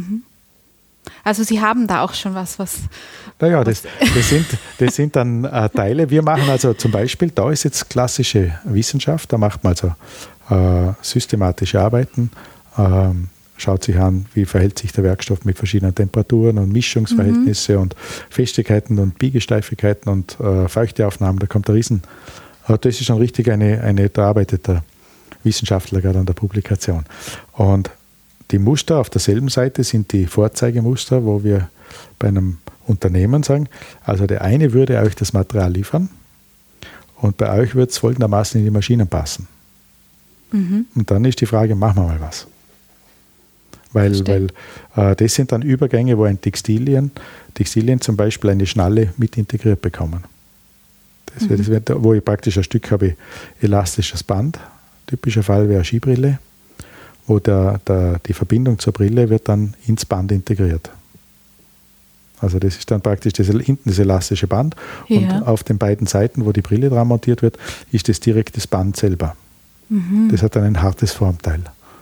Also Sie haben da auch schon was.
Naja, das sind dann Teile. Wir machen also zum Beispiel, da ist jetzt klassische Wissenschaft, da macht man also systematische Arbeiten, schaut sich an, wie verhält sich der Werkstoff mit verschiedenen Temperaturen und Mischungsverhältnisse und Festigkeiten und Biegesteifigkeiten und Feuchteaufnahmen. Da kommt das ist schon richtig da arbeitet der Wissenschaftler gerade an der Publikation. Und die Muster auf derselben Seite sind die Vorzeigemuster, wo wir bei einem Unternehmen sagen, also der eine würde euch das Material liefern und bei euch wird es folgendermaßen in die Maschinen passen. Und dann ist die Frage, machen wir mal was. Weil das sind dann Übergänge, wo ein Textilien zum Beispiel eine Schnalle mit integriert bekommen. Das wird, wo ich praktisch ein Stück habe, elastisches Band. Typischer Fall wäre eine Skibrille, wo die Verbindung zur Brille wird dann ins Band integriert. Also das ist dann praktisch hinten das elastische Band und auf den beiden Seiten, wo die Brille dran montiert wird, ist das direkt das Band selber. Das hat dann ein hartes Formteil.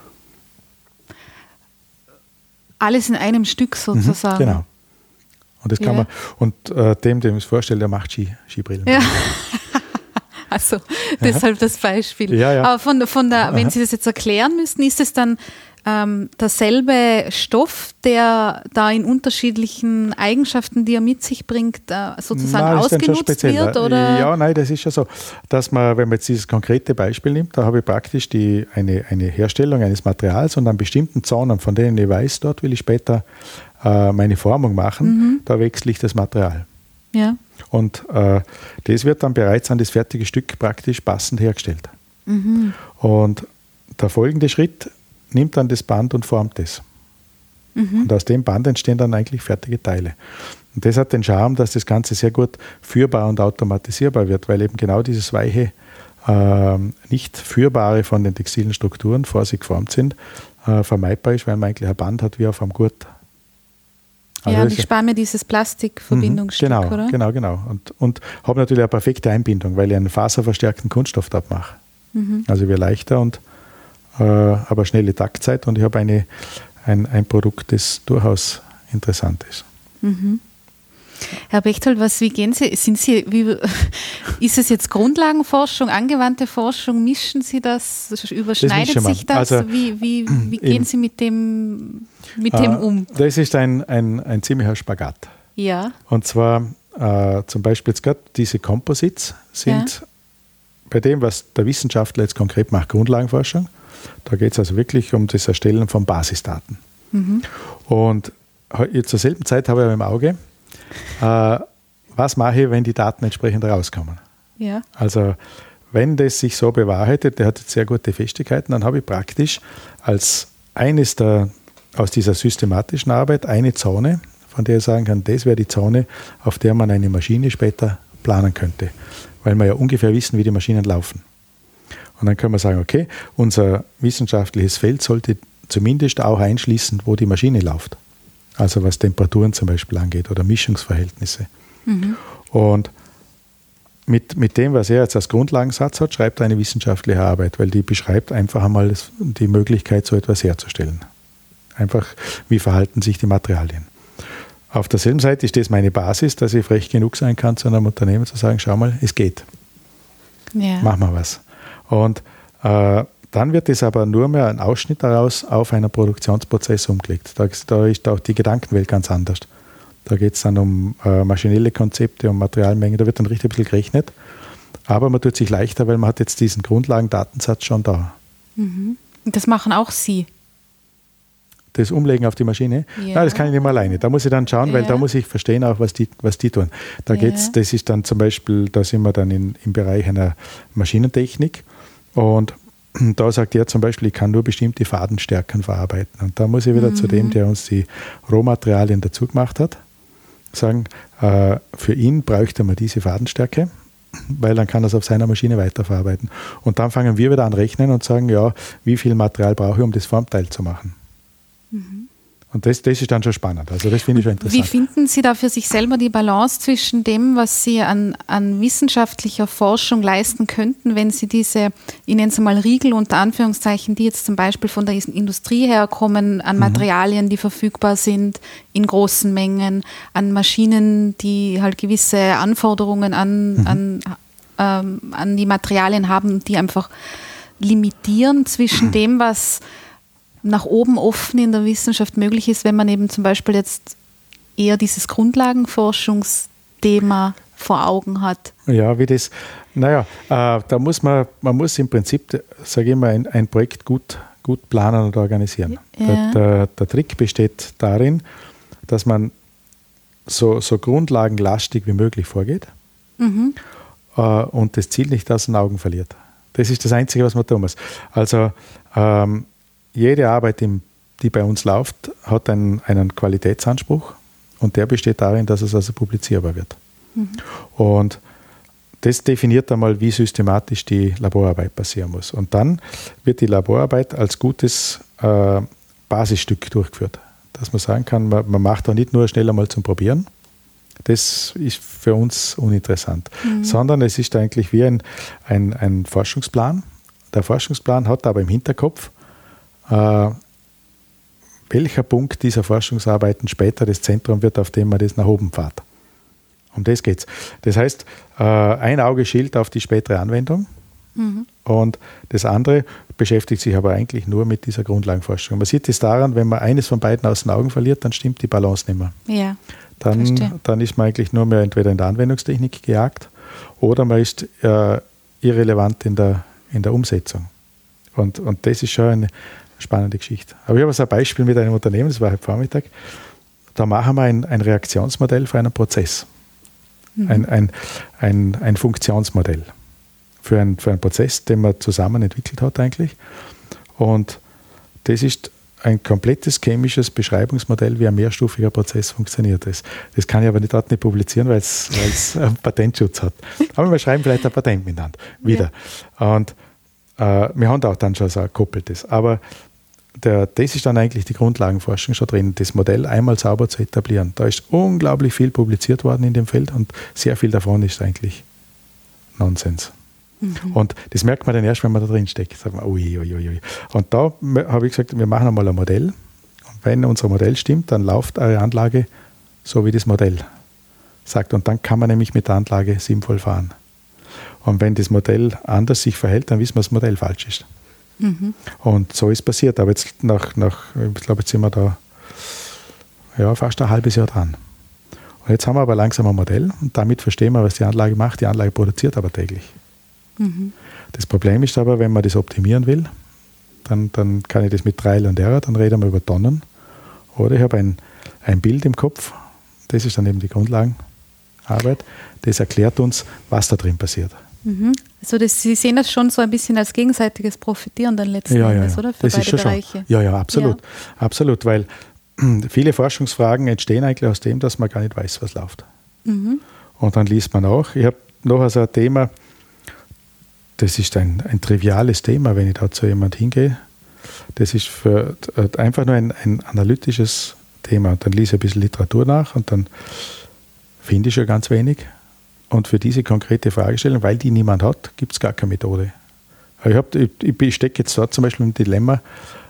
Alles in einem Stück sozusagen.
Genau. Und das kann man, und dem ich es vorstelle, der macht Skibrillen.
Ja. Also deshalb das Beispiel.
Ja.
Aber wenn Sie das jetzt erklären müssten, ist es dann derselbe Stoff, der da in unterschiedlichen Eigenschaften, die er mit sich bringt, sozusagen ausgenutzt wird? Oder?
Ja, nein, das ist ja so, dass man, wenn man jetzt dieses konkrete Beispiel nimmt, da habe ich praktisch eine Herstellung eines Materials und an bestimmten Zonen, von denen ich weiß, dort will ich später meine Formung machen, da wechsle ich das Material.
Ja.
Und das wird dann bereits an das fertige Stück praktisch passend hergestellt. Und der folgende Schritt nimmt dann das Band und formt es. Und aus dem Band entstehen dann eigentlich fertige Teile. Und das hat den Charme, dass das Ganze sehr gut führbar und automatisierbar wird, weil eben genau dieses weiche, nicht führbare von den textilen Strukturen vor sich geformt sind, vermeidbar ist, weil man eigentlich ein Band hat wie auf einem Gurt. Also
ja, und ich spare mir dieses Plastikverbindungsstück, oder?
Genau. Und habe natürlich eine perfekte Einbindung, weil ich einen faserverstärkten Kunststoff dort mache. Also wird leichter und aber schnelle Taktzeit und ich habe ein Produkt, das durchaus interessant ist.
Herr Bechtold, wie gehen Sie? Ist es jetzt Grundlagenforschung, angewandte Forschung? Mischen Sie das? Überschneidet sich das?
Also,
wie gehen Sie mit dem um?
Das ist ein ziemlicher Spagat.
Ja.
Und zwar zum Beispiel jetzt gerade diese Composites sind bei dem, was der Wissenschaftler jetzt konkret macht, Grundlagenforschung. Da geht es also wirklich um das Erstellen von Basisdaten. Und zur selben Zeit habe ich aber im Auge, was mache ich, wenn die Daten entsprechend rauskommen.
Ja.
Also wenn das sich so bewahrheitet, der hat jetzt sehr gute Festigkeiten, dann habe ich praktisch als eines aus dieser systematischen Arbeit eine Zone, von der ich sagen kann, das wäre die Zone, auf der man eine Maschine später planen könnte, weil wir ja ungefähr wissen, wie die Maschinen laufen. Und dann können wir sagen, okay, unser wissenschaftliches Feld sollte zumindest auch einschließen, wo die Maschine läuft. Also was Temperaturen zum Beispiel angeht oder Mischungsverhältnisse. Und mit dem, was er jetzt als Grundlagensatz hat, schreibt er eine wissenschaftliche Arbeit, weil die beschreibt einfach einmal die Möglichkeit, so etwas herzustellen. Einfach, wie verhalten sich die Materialien. Auf derselben Seite ist das meine Basis, dass ich frech genug sein kann, zu einem Unternehmen zu sagen, schau mal, es geht.
Ja.
Mach mal was. Und dann wird es aber nur mehr ein Ausschnitt daraus auf einen Produktionsprozess umgelegt. Da ist auch die Gedankenwelt ganz anders. Da geht es dann um maschinelle Konzepte, um Materialmengen, da wird dann richtig ein bisschen gerechnet. Aber man tut sich leichter, weil man hat jetzt diesen Grundlagendatensatz schon da.
Und das machen auch Sie?
Das Umlegen auf die Maschine?
Ja.
Nein, das kann ich nicht mehr alleine. Da muss ich dann schauen, weil da muss ich verstehen auch, was die tun. Da geht's, das ist dann zum Beispiel, da sind wir dann im Bereich einer Maschinentechnik und da sagt er zum Beispiel, ich kann nur bestimmte Fadenstärken verarbeiten. Und da muss ich wieder zu dem, der uns die Rohmaterialien dazu gemacht hat, sagen, für ihn bräuchte man diese Fadenstärke, weil dann kann er es auf seiner Maschine weiterverarbeiten. Und dann fangen wir wieder an rechnen und sagen, ja, wie viel Material brauche ich, um das Formteil zu machen. Und das ist dann schon spannend. Also das finde ich schon interessant.
Wie finden Sie da für sich selber die Balance zwischen dem, was Sie an wissenschaftlicher Forschung leisten könnten, wenn Sie diese, ich nenne es mal Riegel unter Anführungszeichen, die jetzt zum Beispiel von der Industrie herkommen, an Materialien, die verfügbar sind, in großen Mengen, an Maschinen, die halt gewisse Anforderungen an die Materialien haben, die einfach limitieren zwischen dem, was nach oben offen in der Wissenschaft möglich ist, wenn man eben zum Beispiel jetzt eher dieses Grundlagenforschungsthema vor Augen hat. Ja,
da muss man muss im Prinzip, sage ich mal, ein Projekt gut planen und organisieren.
Ja.
Der Trick besteht darin, dass man so grundlagenlastig wie möglich vorgeht und das Ziel nicht aus den Augen verliert. Das ist das Einzige, was man tun muss. Also jede Arbeit, die bei uns läuft, hat einen Qualitätsanspruch und der besteht darin, dass es also publizierbar wird. Und das definiert einmal, wie systematisch die Laborarbeit passieren muss. Und dann wird die Laborarbeit als gutes Basisstück durchgeführt. Dass man sagen kann, man macht da nicht nur schnell einmal zum Probieren. Das ist für uns uninteressant. Sondern es ist eigentlich wie ein Forschungsplan. Der Forschungsplan hat aber im Hinterkopf, welcher Punkt dieser Forschungsarbeiten später das Zentrum wird, auf dem man das nach oben fährt. Um das geht es. Das heißt, ein Auge schielt auf die spätere Anwendung und das andere beschäftigt sich aber eigentlich nur mit dieser Grundlagenforschung. Man sieht es daran, wenn man eines von beiden aus den Augen verliert, dann stimmt die Balance nicht mehr.
Ja,
dann ist man eigentlich nur mehr entweder in der Anwendungstechnik gejagt oder man ist irrelevant in der Umsetzung. Und das ist schon eine spannende Geschichte. Aber ich habe so ein Beispiel mit einem Unternehmen, das war heute Vormittag, da machen wir ein Reaktionsmodell für einen Prozess. Ein Funktionsmodell für einen Prozess, den man zusammen entwickelt hat eigentlich. Und das ist ein komplettes chemisches Beschreibungsmodell, wie ein mehrstufiger Prozess funktioniert. Das kann ich aber dort nicht publizieren, weil es einen Patentschutz hat. Aber wir schreiben vielleicht ein Patent miteinander wieder. Ja. Und wir haben da auch dann schon so ein gekoppeltes. Aber das ist dann eigentlich die Grundlagenforschung schon drin, das Modell einmal sauber zu etablieren. Da ist unglaublich viel publiziert worden in dem Feld und sehr viel davon ist eigentlich Nonsens. Und das merkt man dann erst, wenn man da drin steckt. Sagt man, ui. Und da habe ich gesagt, wir machen einmal ein Modell. Und wenn unser Modell stimmt, dann läuft eure Anlage so, wie das Modell sagt. Und dann kann man nämlich mit der Anlage sinnvoll fahren. Und wenn das Modell anders sich verhält, dann wissen wir, dass das Modell falsch ist. Und so ist passiert. Aber jetzt ich glaube, jetzt sind wir da fast ein halbes Jahr dran. Und jetzt haben wir aber langsam ein Modell und damit verstehen wir, was die Anlage macht. Die Anlage produziert aber täglich. Das Problem ist aber, wenn man das optimieren will, dann kann ich das mit Trial and Error, dann reden wir über Tonnen. Oder ich habe ein Bild im Kopf, das ist dann eben die Grundlagenarbeit, das erklärt uns, was da drin passiert.
Also Sie sehen das schon so ein bisschen als gegenseitiges Profitieren dann letzten Endes, oder? Für
das
beide
ist schon
Bereiche.
Ja, absolut. Ja. Absolut, weil viele Forschungsfragen entstehen eigentlich aus dem, dass man gar nicht weiß, was läuft. Und dann liest man auch. Ich habe noch so ein Thema, das ist ein triviales Thema, wenn ich da zu jemand hingehe. Das ist einfach nur ein analytisches Thema. Und dann lese ich ein bisschen Literatur nach und dann finde ich schon ganz wenig. Und für diese konkrete Fragestellung, weil die niemand hat, gibt es gar keine Methode. Ich stecke jetzt da zum Beispiel im Dilemma,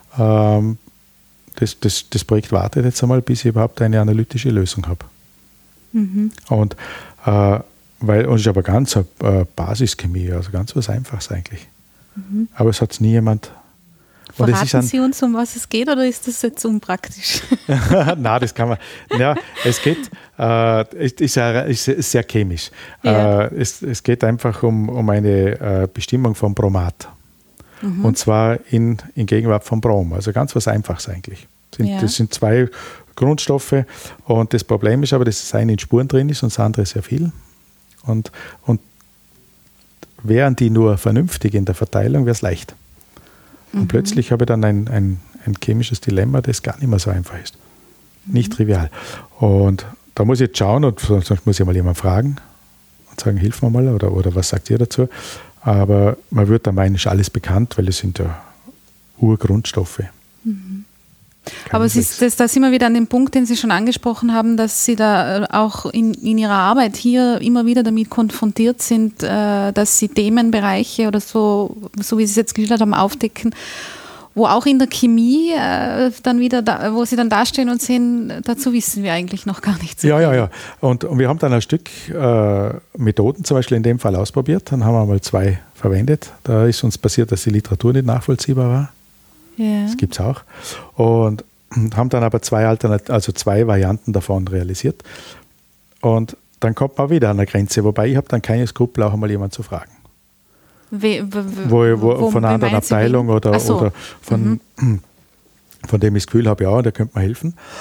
das Projekt wartet jetzt einmal, bis ich überhaupt eine analytische Lösung habe. Und es ist aber ganz eine Basischemie, also ganz was Einfaches eigentlich. Aber es hat nie jemand.
Verraten Sie uns, um was es geht, oder ist das jetzt unpraktisch?
Nein, das kann man. Ja, es geht, ist sehr chemisch. Ja. Es geht einfach um eine Bestimmung von Bromat. Und zwar in Gegenwart von Brom. Also ganz was Einfaches eigentlich. Das sind zwei Grundstoffe und das Problem ist aber, dass das eine in Spuren drin ist und das andere sehr viel. Und wären die nur vernünftig in der Verteilung, wäre es leicht. Und plötzlich habe ich dann ein chemisches Dilemma, das gar nicht mehr so einfach ist. Nicht trivial. Und da muss ich jetzt schauen und sonst muss ich mal jemanden fragen und sagen, hilf mir mal oder was sagt ihr dazu? Aber man würde dann meinen, ist alles bekannt, weil es sind ja Urgrundstoffe.
Aber da sind wir wieder an dem Punkt, den Sie schon angesprochen haben, dass Sie da auch in Ihrer Arbeit hier immer wieder damit konfrontiert sind, dass Sie Themenbereiche oder so wie Sie es jetzt geschildert haben, aufdecken, wo auch in der Chemie dann wieder, wo Sie dann dastehen und sehen, dazu wissen wir eigentlich noch gar nichts.
Ja. Und wir haben dann ein Stück Methoden zum Beispiel in dem Fall ausprobiert. Dann haben wir mal 2 verwendet. Da ist uns passiert, dass die Literatur nicht nachvollziehbar war. Ja. Das gibt es auch. Und haben dann aber 2 Varianten davon realisiert. Und dann kommt man wieder an der Grenze. Wobei ich habe dann keine Skrupel, auch einmal jemanden zu fragen. Von einer anderen Abteilung oder von dem ich das Gefühl habe, ja, da könnte man helfen.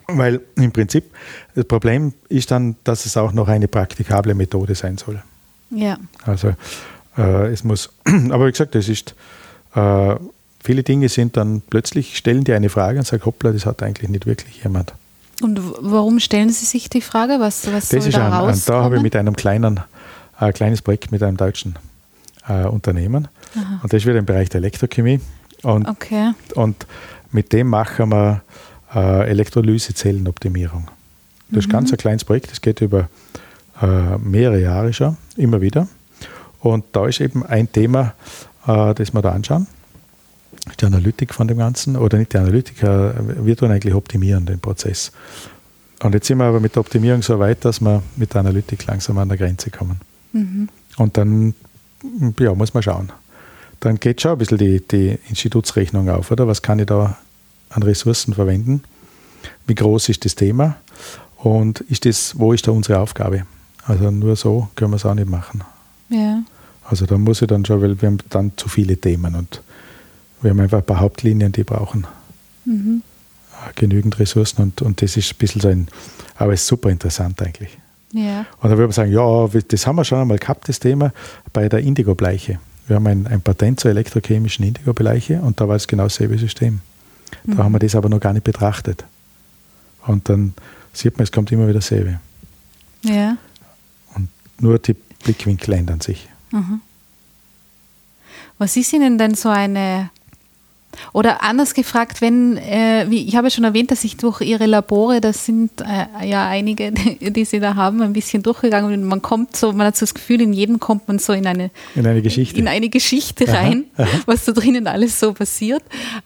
Weil im Prinzip das Problem ist dann, dass es auch noch eine praktikable Methode sein soll.
Ja.
Also es muss, aber wie gesagt, das ist, viele Dinge sind dann plötzlich, stellen die eine Frage und sagen, hoppla, das hat eigentlich nicht wirklich jemand.
Und warum stellen Sie sich die Frage? Was soll da rauskommen?
Da habe ich mit einem kleines Projekt mit einem deutschen Unternehmen. Aha. Und das ist wieder im Bereich der Elektrochemie. Und mit dem machen wir Elektrolysezellenoptimierung. Das ist ganz ein kleines Projekt, das geht über mehrere Jahre schon, immer wieder. Und da ist eben ein Thema, das wir da anschauen. Die Analytik von dem Ganzen, oder nicht die Analytik, wir tun eigentlich optimieren den Prozess. Und jetzt sind wir aber mit der Optimierung so weit, dass wir mit der Analytik langsam an der Grenze kommen. Mhm. Und dann muss man schauen. Dann geht schon ein bisschen die Institutsrechnung auf, oder? Was kann ich da an Ressourcen verwenden? Wie groß ist das Thema? Und wo ist da unsere Aufgabe? Also nur so können wir es auch nicht machen. Ja. Also da muss ich dann schon, weil wir haben dann zu viele Themen und wir haben einfach ein paar Hauptlinien, die brauchen genügend Ressourcen und das ist ein bisschen so aber es ist super interessant eigentlich. Ja. Und da würde man sagen, ja, das haben wir schon einmal gehabt, das Thema, bei der Indigo-Bleiche. Wir haben ein Patent zur elektrochemischen Indigo-Bleiche und da war es genau dasselbe System. Da haben wir das aber noch gar nicht betrachtet. Und dann sieht man, es kommt immer wieder dasselbe. Ja. Und nur die Blickwinkel ändern sich. Mhm.
Was ist Ihnen denn so eine, oder anders gefragt, ich habe schon erwähnt, dass ich durch Ihre Labore, das sind ja einige, die Sie da haben, ein bisschen durchgegangen und man hat so das Gefühl, in jedem kommt man so in eine Geschichte rein, was da drinnen alles so passiert.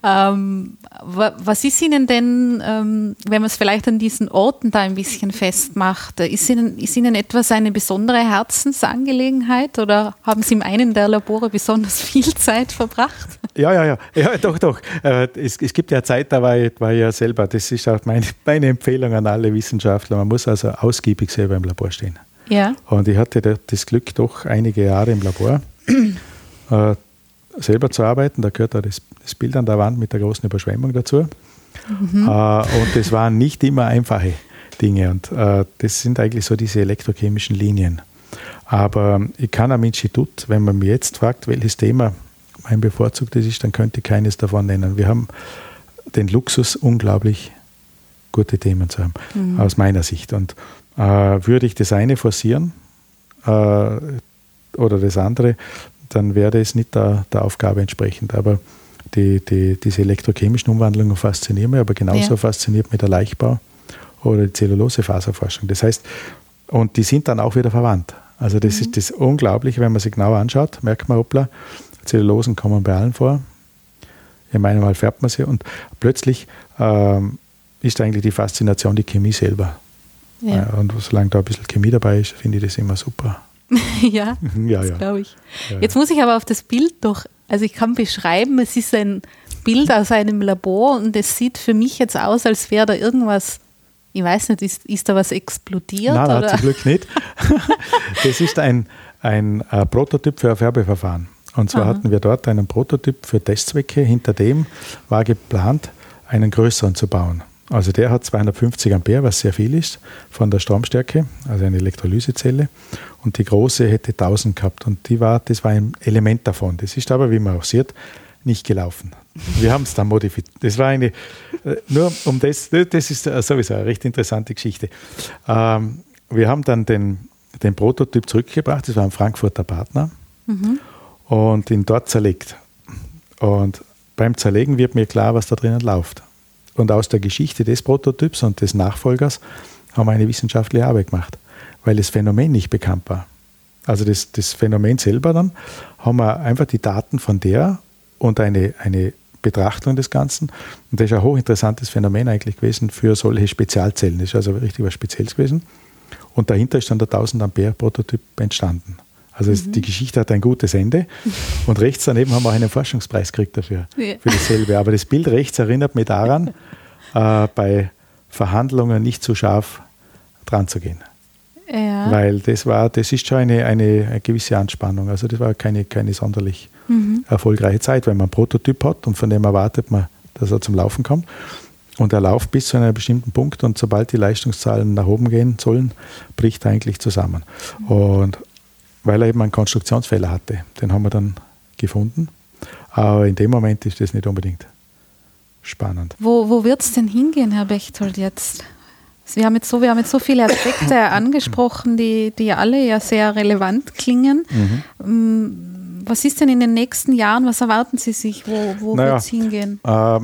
Was ist Ihnen denn, wenn man es vielleicht an diesen Orten da ein bisschen festmacht, ist Ihnen etwas eine besondere Herzensangelegenheit oder haben Sie in einem der Labore besonders viel Zeit verbracht?
Ja, doch. Es gibt ja Zeit, da war ich ja selber, das ist auch meine Empfehlung an alle Wissenschaftler, man muss also ausgiebig selber im Labor stehen. Ja. Und ich hatte das Glück, doch einige Jahre im Labor selber zu arbeiten, da gehört auch das Bild an der Wand mit der großen Überschwemmung dazu. Mhm. Und das waren nicht immer einfache Dinge und das sind eigentlich so diese elektrochemischen Linien. Aber ich kann am Institut, wenn man mich jetzt fragt, welches Thema mein bevorzugtes ist, dann könnte ich keines davon nennen. Wir haben den Luxus, unglaublich gute Themen zu haben, aus meiner Sicht. Und würde ich das eine forcieren oder das andere, dann wäre es nicht der Aufgabe entsprechend. Aber diese elektrochemischen Umwandlungen faszinieren mich, aber genauso fasziniert mich der Leichtbau oder die Zellulosefaserforschung. Das heißt, und die sind dann auch wieder verwandt. Also das ist das Unglaubliche, wenn man sich genau anschaut, merkt man, hoppla, Zellulosen kommen bei allen vor. In meinem Fall färbt man sie und plötzlich ist eigentlich die Faszination die Chemie selber. Ja. Und solange da ein bisschen Chemie dabei ist, finde ich das immer super.
Ja, das glaube ich. Ja. Jetzt muss ich aber auf das Bild also ich kann beschreiben, es ist ein Bild aus einem Labor und es sieht für mich jetzt aus, als wäre da irgendwas, ich weiß nicht, ist da was explodiert?
Nein, oder? Zum Glück nicht. Das ist ein Prototyp für ein Färbeverfahren. Und zwar hatten wir dort einen Prototyp für Testzwecke. Hinter dem war geplant, einen größeren zu bauen. Also der hat 250 Ampere, was sehr viel ist, von der Stromstärke, also eine Elektrolysezelle. Und die große hätte 1000 gehabt. Und das war ein Element davon. Das ist aber, wie man auch sieht, nicht gelaufen. Wir haben es dann modifiziert. Das war nur um das ist sowieso eine recht interessante Geschichte. Wir haben dann den Prototyp zurückgebracht, das war ein Frankfurter Partner. Und ihn dort zerlegt. Und beim Zerlegen wird mir klar, was da drinnen läuft. Und aus der Geschichte des Prototyps und des Nachfolgers haben wir eine wissenschaftliche Arbeit gemacht, weil das Phänomen nicht bekannt war. Also das Phänomen selber dann, haben wir einfach die Daten von der und eine Betrachtung des Ganzen. Und das ist ein hochinteressantes Phänomen eigentlich gewesen für solche Spezialzellen. Das ist also richtig was Spezielles gewesen. Und dahinter ist dann der 1000 Ampere Prototyp entstanden. Also die Geschichte hat ein gutes Ende. Und rechts daneben haben wir auch einen Forschungspreis gekriegt dafür, für dasselbe. Aber das Bild rechts erinnert mich daran, bei Verhandlungen nicht zu scharf dran zu gehen. Ja. Weil das ist schon eine gewisse Anspannung. Also das war keine sonderlich erfolgreiche Zeit, weil man einen Prototyp hat und von dem erwartet man, dass er zum Laufen kommt. Und er läuft bis zu einem bestimmten Punkt und sobald die Leistungszahlen nach oben gehen sollen, bricht er eigentlich zusammen. Und weil er eben einen Konstruktionsfehler hatte, den haben wir dann gefunden. Aber in dem Moment ist das nicht unbedingt spannend.
Wo wird es denn hingehen, Herr Bechtold, jetzt? Wir haben jetzt so viele Aspekte angesprochen, die alle ja sehr relevant klingen. Was ist denn in den nächsten Jahren? Was erwarten Sie sich? Wo wird es hingehen?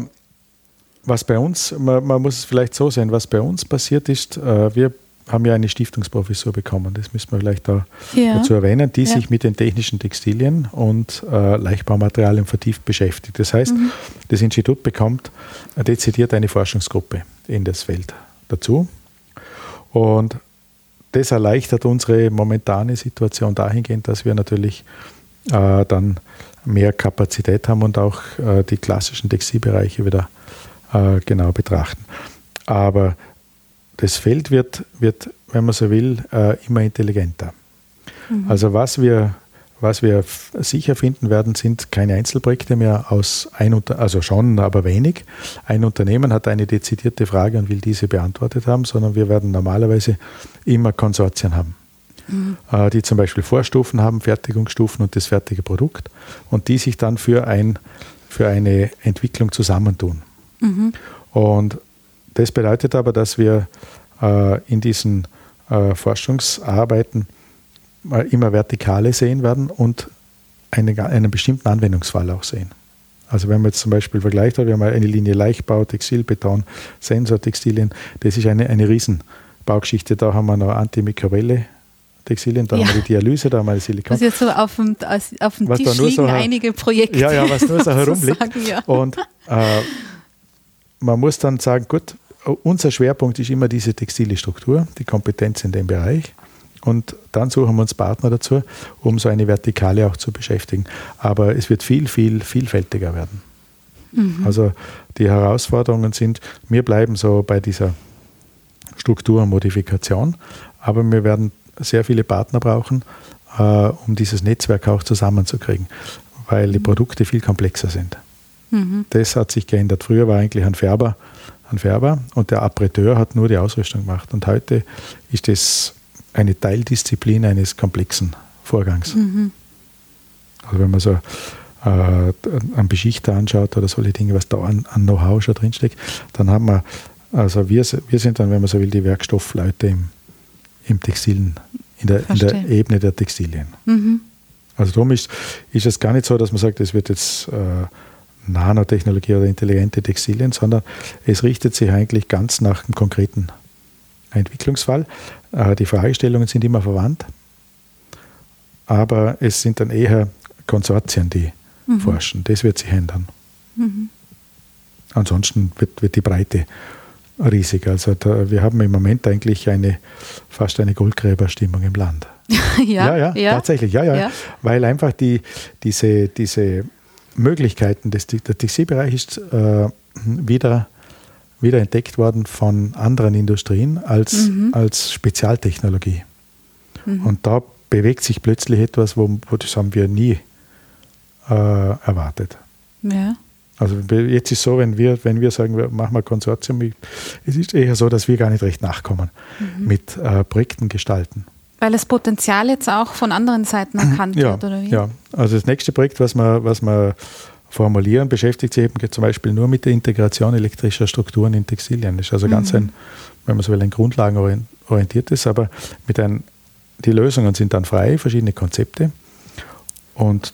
Was bei uns, man muss es vielleicht so sehen, was bei uns passiert ist, wir haben ja eine Stiftungsprofessur bekommen, das müssen wir vielleicht dazu erwähnen, die sich mit den technischen Textilien und Leichtbaumaterialien vertieft beschäftigt. Das heißt, das Institut bekommt dezidiert eine Forschungsgruppe in das Feld dazu. Und das erleichtert unsere momentane Situation dahingehend, dass wir natürlich dann mehr Kapazität haben und auch die klassischen Textilbereiche wieder genau betrachten. Aber das Feld wird, wenn man so will, immer intelligenter. Also was wir sicher finden werden, sind keine Einzelprojekte mehr also schon, aber wenig. Ein Unternehmen hat eine dezidierte Frage und will diese beantwortet haben, sondern wir werden normalerweise immer Konsortien haben, die zum Beispiel Vorstufen haben, Fertigungsstufen und das fertige Produkt und die sich dann für eine Entwicklung zusammentun. Und das bedeutet aber, dass wir in diesen Forschungsarbeiten immer Vertikale sehen werden und einen bestimmten Anwendungsfall auch sehen. Also wenn man jetzt zum Beispiel vergleicht, wir haben eine Linie Leichtbau, Textil, Beton, Sensortextilien, das ist eine Riesenbaugeschichte. Da haben wir noch antimikrobielle Textilien, da haben wir die Dialyse, da haben wir die Silikon.
Was jetzt so auf dem Tisch liegen einige Projekte.
Ja, was nur so herumliegt. Und man muss dann sagen, gut, unser Schwerpunkt ist immer diese textile Struktur, die Kompetenz in dem Bereich. Und dann suchen wir uns Partner dazu, um so eine Vertikale auch zu beschäftigen. Aber es wird viel, viel vielfältiger werden. Also die Herausforderungen sind, wir bleiben so bei dieser Struktur und Modifikation, aber wir werden sehr viele Partner brauchen, um dieses Netzwerk auch zusammenzukriegen, weil die Produkte viel komplexer sind. Das hat sich geändert. Früher war eigentlich ein Färber und der Appreteur hat nur die Ausrüstung gemacht. Und heute ist das eine Teildisziplin eines komplexen Vorgangs. Also wenn man so einen Beschichter anschaut oder solche Dinge, was da an Know-how schon drinsteckt, dann haben wir, also wir sind dann, wenn man so will, die Werkstoffleute im Textilen, in der Ebene der Textilien. Also darum ist es gar nicht so, dass man sagt, es wird jetzt Nanotechnologie oder intelligente Textilien, sondern es richtet sich eigentlich ganz nach dem konkreten Entwicklungsfall. Die Fragestellungen sind immer verwandt, aber es sind dann eher Konsortien, die forschen. Das wird sich ändern. Ansonsten wird die Breite riesig. Also wir haben im Moment eigentlich fast eine Goldgräberstimmung im Land. Ja, tatsächlich. Ja. Weil einfach diese Möglichkeiten, der Textilbereich ist wieder entdeckt worden von anderen Industrien als Spezialtechnologie. Und da bewegt sich plötzlich etwas, wo das haben wir nie erwartet.
Ja.
Also jetzt ist es so, wenn wir sagen, wir machen ein Konsortium, es ist eher so, dass wir gar nicht recht nachkommen mit Projekten gestalten.
Weil das Potenzial jetzt auch von anderen Seiten erkannt wird, oder wie? Ja,
also das nächste Projekt, was wir formulieren, beschäftigt sich eben zum Beispiel nur mit der Integration elektrischer Strukturen in Textilien. Das ist also ganz wenn man so will, ein grundlagenorientiertes, aber die Lösungen sind dann frei, verschiedene Konzepte. Und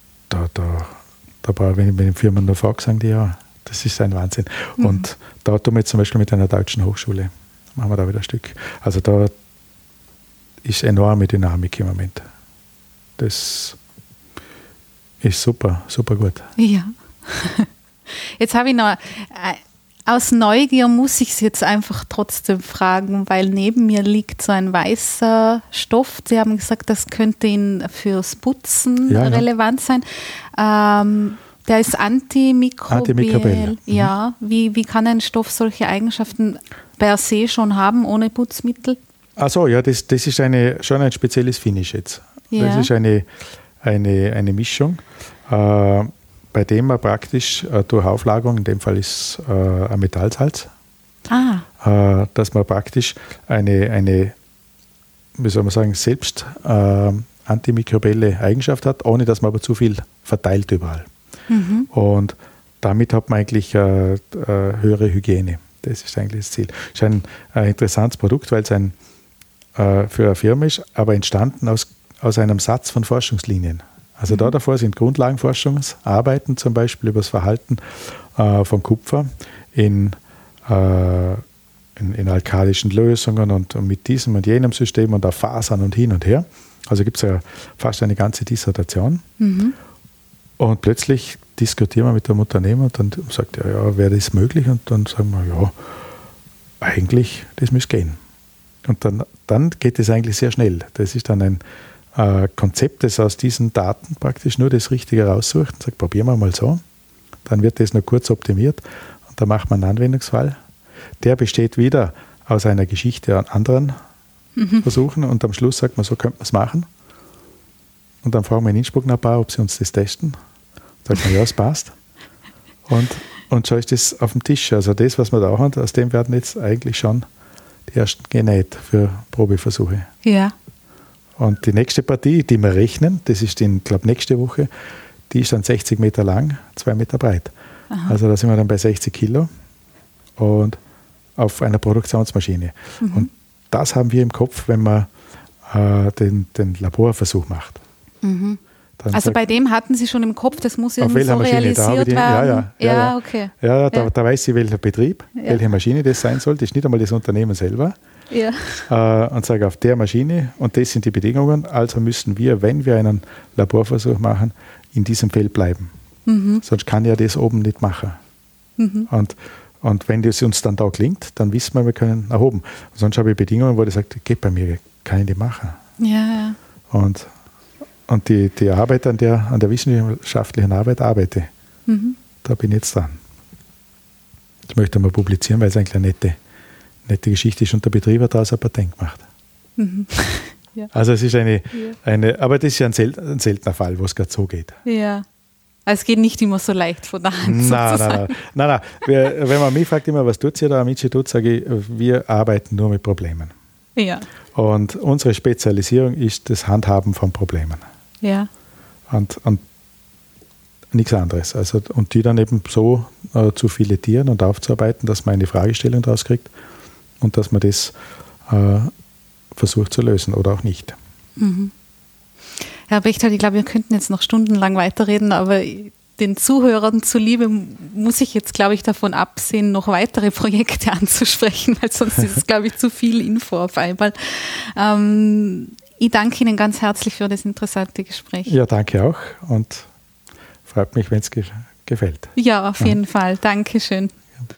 wenn ich Firmen nur frage, sagen die, ja, das ist ein Wahnsinn. Und da tun wir jetzt zum Beispiel mit einer deutschen Hochschule, machen wir da wieder ein Stück. Also da ist enorme Dynamik im Moment. Das ist super, super gut.
Ja. Jetzt habe ich noch, aus Neugier muss ich es jetzt einfach trotzdem fragen, weil neben mir liegt so ein weißer Stoff. Sie haben gesagt, das könnte Ihnen fürs Putzen relevant sein. Der ist antimikrobiell. Ja. Wie kann ein Stoff solche Eigenschaften per se schon haben, ohne Putzmittel?
Ach so, ja, das ist schon ein spezielles Finish jetzt. Ja. Das ist eine Mischung, bei dem man praktisch durch Auflagerung, in dem Fall ist ein Metallsalz, dass man praktisch eine wie soll man sagen, selbst antimikrobielle Eigenschaft hat, ohne dass man aber zu viel verteilt überall. Und damit hat man eigentlich höhere Hygiene. Das ist eigentlich das Ziel. Es ist ein interessantes Produkt, weil es für eine Firma ist, aber entstanden aus einem Satz von Forschungslinien. Also davor sind Grundlagenforschungsarbeiten, zum Beispiel über das Verhalten von Kupfer in alkalischen Lösungen und mit diesem und jenem System und auf Fasern und hin und her. Also gibt es ja fast eine ganze Dissertation. Und plötzlich diskutieren wir mit dem Unternehmer und dann sagt er, ja, wäre das möglich? Und dann sagen wir, ja, eigentlich, das müsste gehen. Und dann geht es eigentlich sehr schnell. Das ist dann ein Konzept, das aus diesen Daten praktisch nur das Richtige raussucht und sagt, probieren wir mal so. Dann wird das noch kurz optimiert und dann macht man einen Anwendungsfall. Der besteht wieder aus einer Geschichte an anderen Versuchen und am Schluss sagt man, so könnte man es machen. Und dann fragen wir in Innsbruck nach ein paar, ob sie uns das testen. Sagt man, ja, es passt. Und schon ist das auf dem Tisch. Also das, was wir da haben, aus dem werden jetzt eigentlich schon die ersten genäht für Probeversuche.
Ja.
Und die nächste Partie, die wir rechnen, das ist glaube nächste Woche, die ist dann 60 Meter lang, 2 Meter breit. Aha. Also da sind wir dann bei 60 Kilo und auf einer Produktionsmaschine. Und das haben wir im Kopf, wenn man den Laborversuch macht.
Also bei dem hatten Sie schon im Kopf, das muss ja so
Maschine?
realisiert werden?
Ja,
okay.
Ja, da weiß sie, welcher Betrieb, welche Maschine das sein soll. Das ist nicht einmal das Unternehmen selber. Ja. Und sage auf der Maschine, und das sind die Bedingungen, also müssen wir, wenn wir einen Laborversuch machen, in diesem Feld bleiben. Sonst kann ja das oben nicht machen. Und wenn das uns dann da klingt, dann wissen wir können nach oben. Sonst habe ich Bedingungen, wo ich sage, geht bei mir, kann ich nicht machen.
Ja.
Und die Arbeit an der wissenschaftlichen Arbeit arbeite. Da bin ich jetzt dran. Das möchte ich mal publizieren, weil es eigentlich eine nette Geschichte ist und der Betrieb hat daraus ein Patent gemacht. Ja. Also es ist aber das ist ja ein seltener Fall, wo es gerade so geht.
Ja. Also es geht nicht immer so leicht von der Hand.
Nein. Wenn man mich fragt immer, was tut ihr da am Institut, sage ich, wir arbeiten nur mit Problemen.
Ja.
Und unsere Spezialisierung ist das Handhaben von Problemen.
Ja.
Und nichts anderes. Also, und die dann eben so zu filetieren und aufzuarbeiten, dass man eine Fragestellung daraus kriegt und dass man das versucht zu lösen oder auch nicht.
Herr Bechtold, ich glaube, wir könnten jetzt noch stundenlang weiterreden, aber den Zuhörern zuliebe muss ich jetzt, glaube ich, davon absehen, noch weitere Projekte anzusprechen, weil sonst ist es, glaube ich, zu viel Info auf einmal. Ich danke Ihnen ganz herzlich für das interessante Gespräch.
Ja, danke auch und freut mich, wenn es gefällt.
Ja, auf jeden Fall. Dankeschön.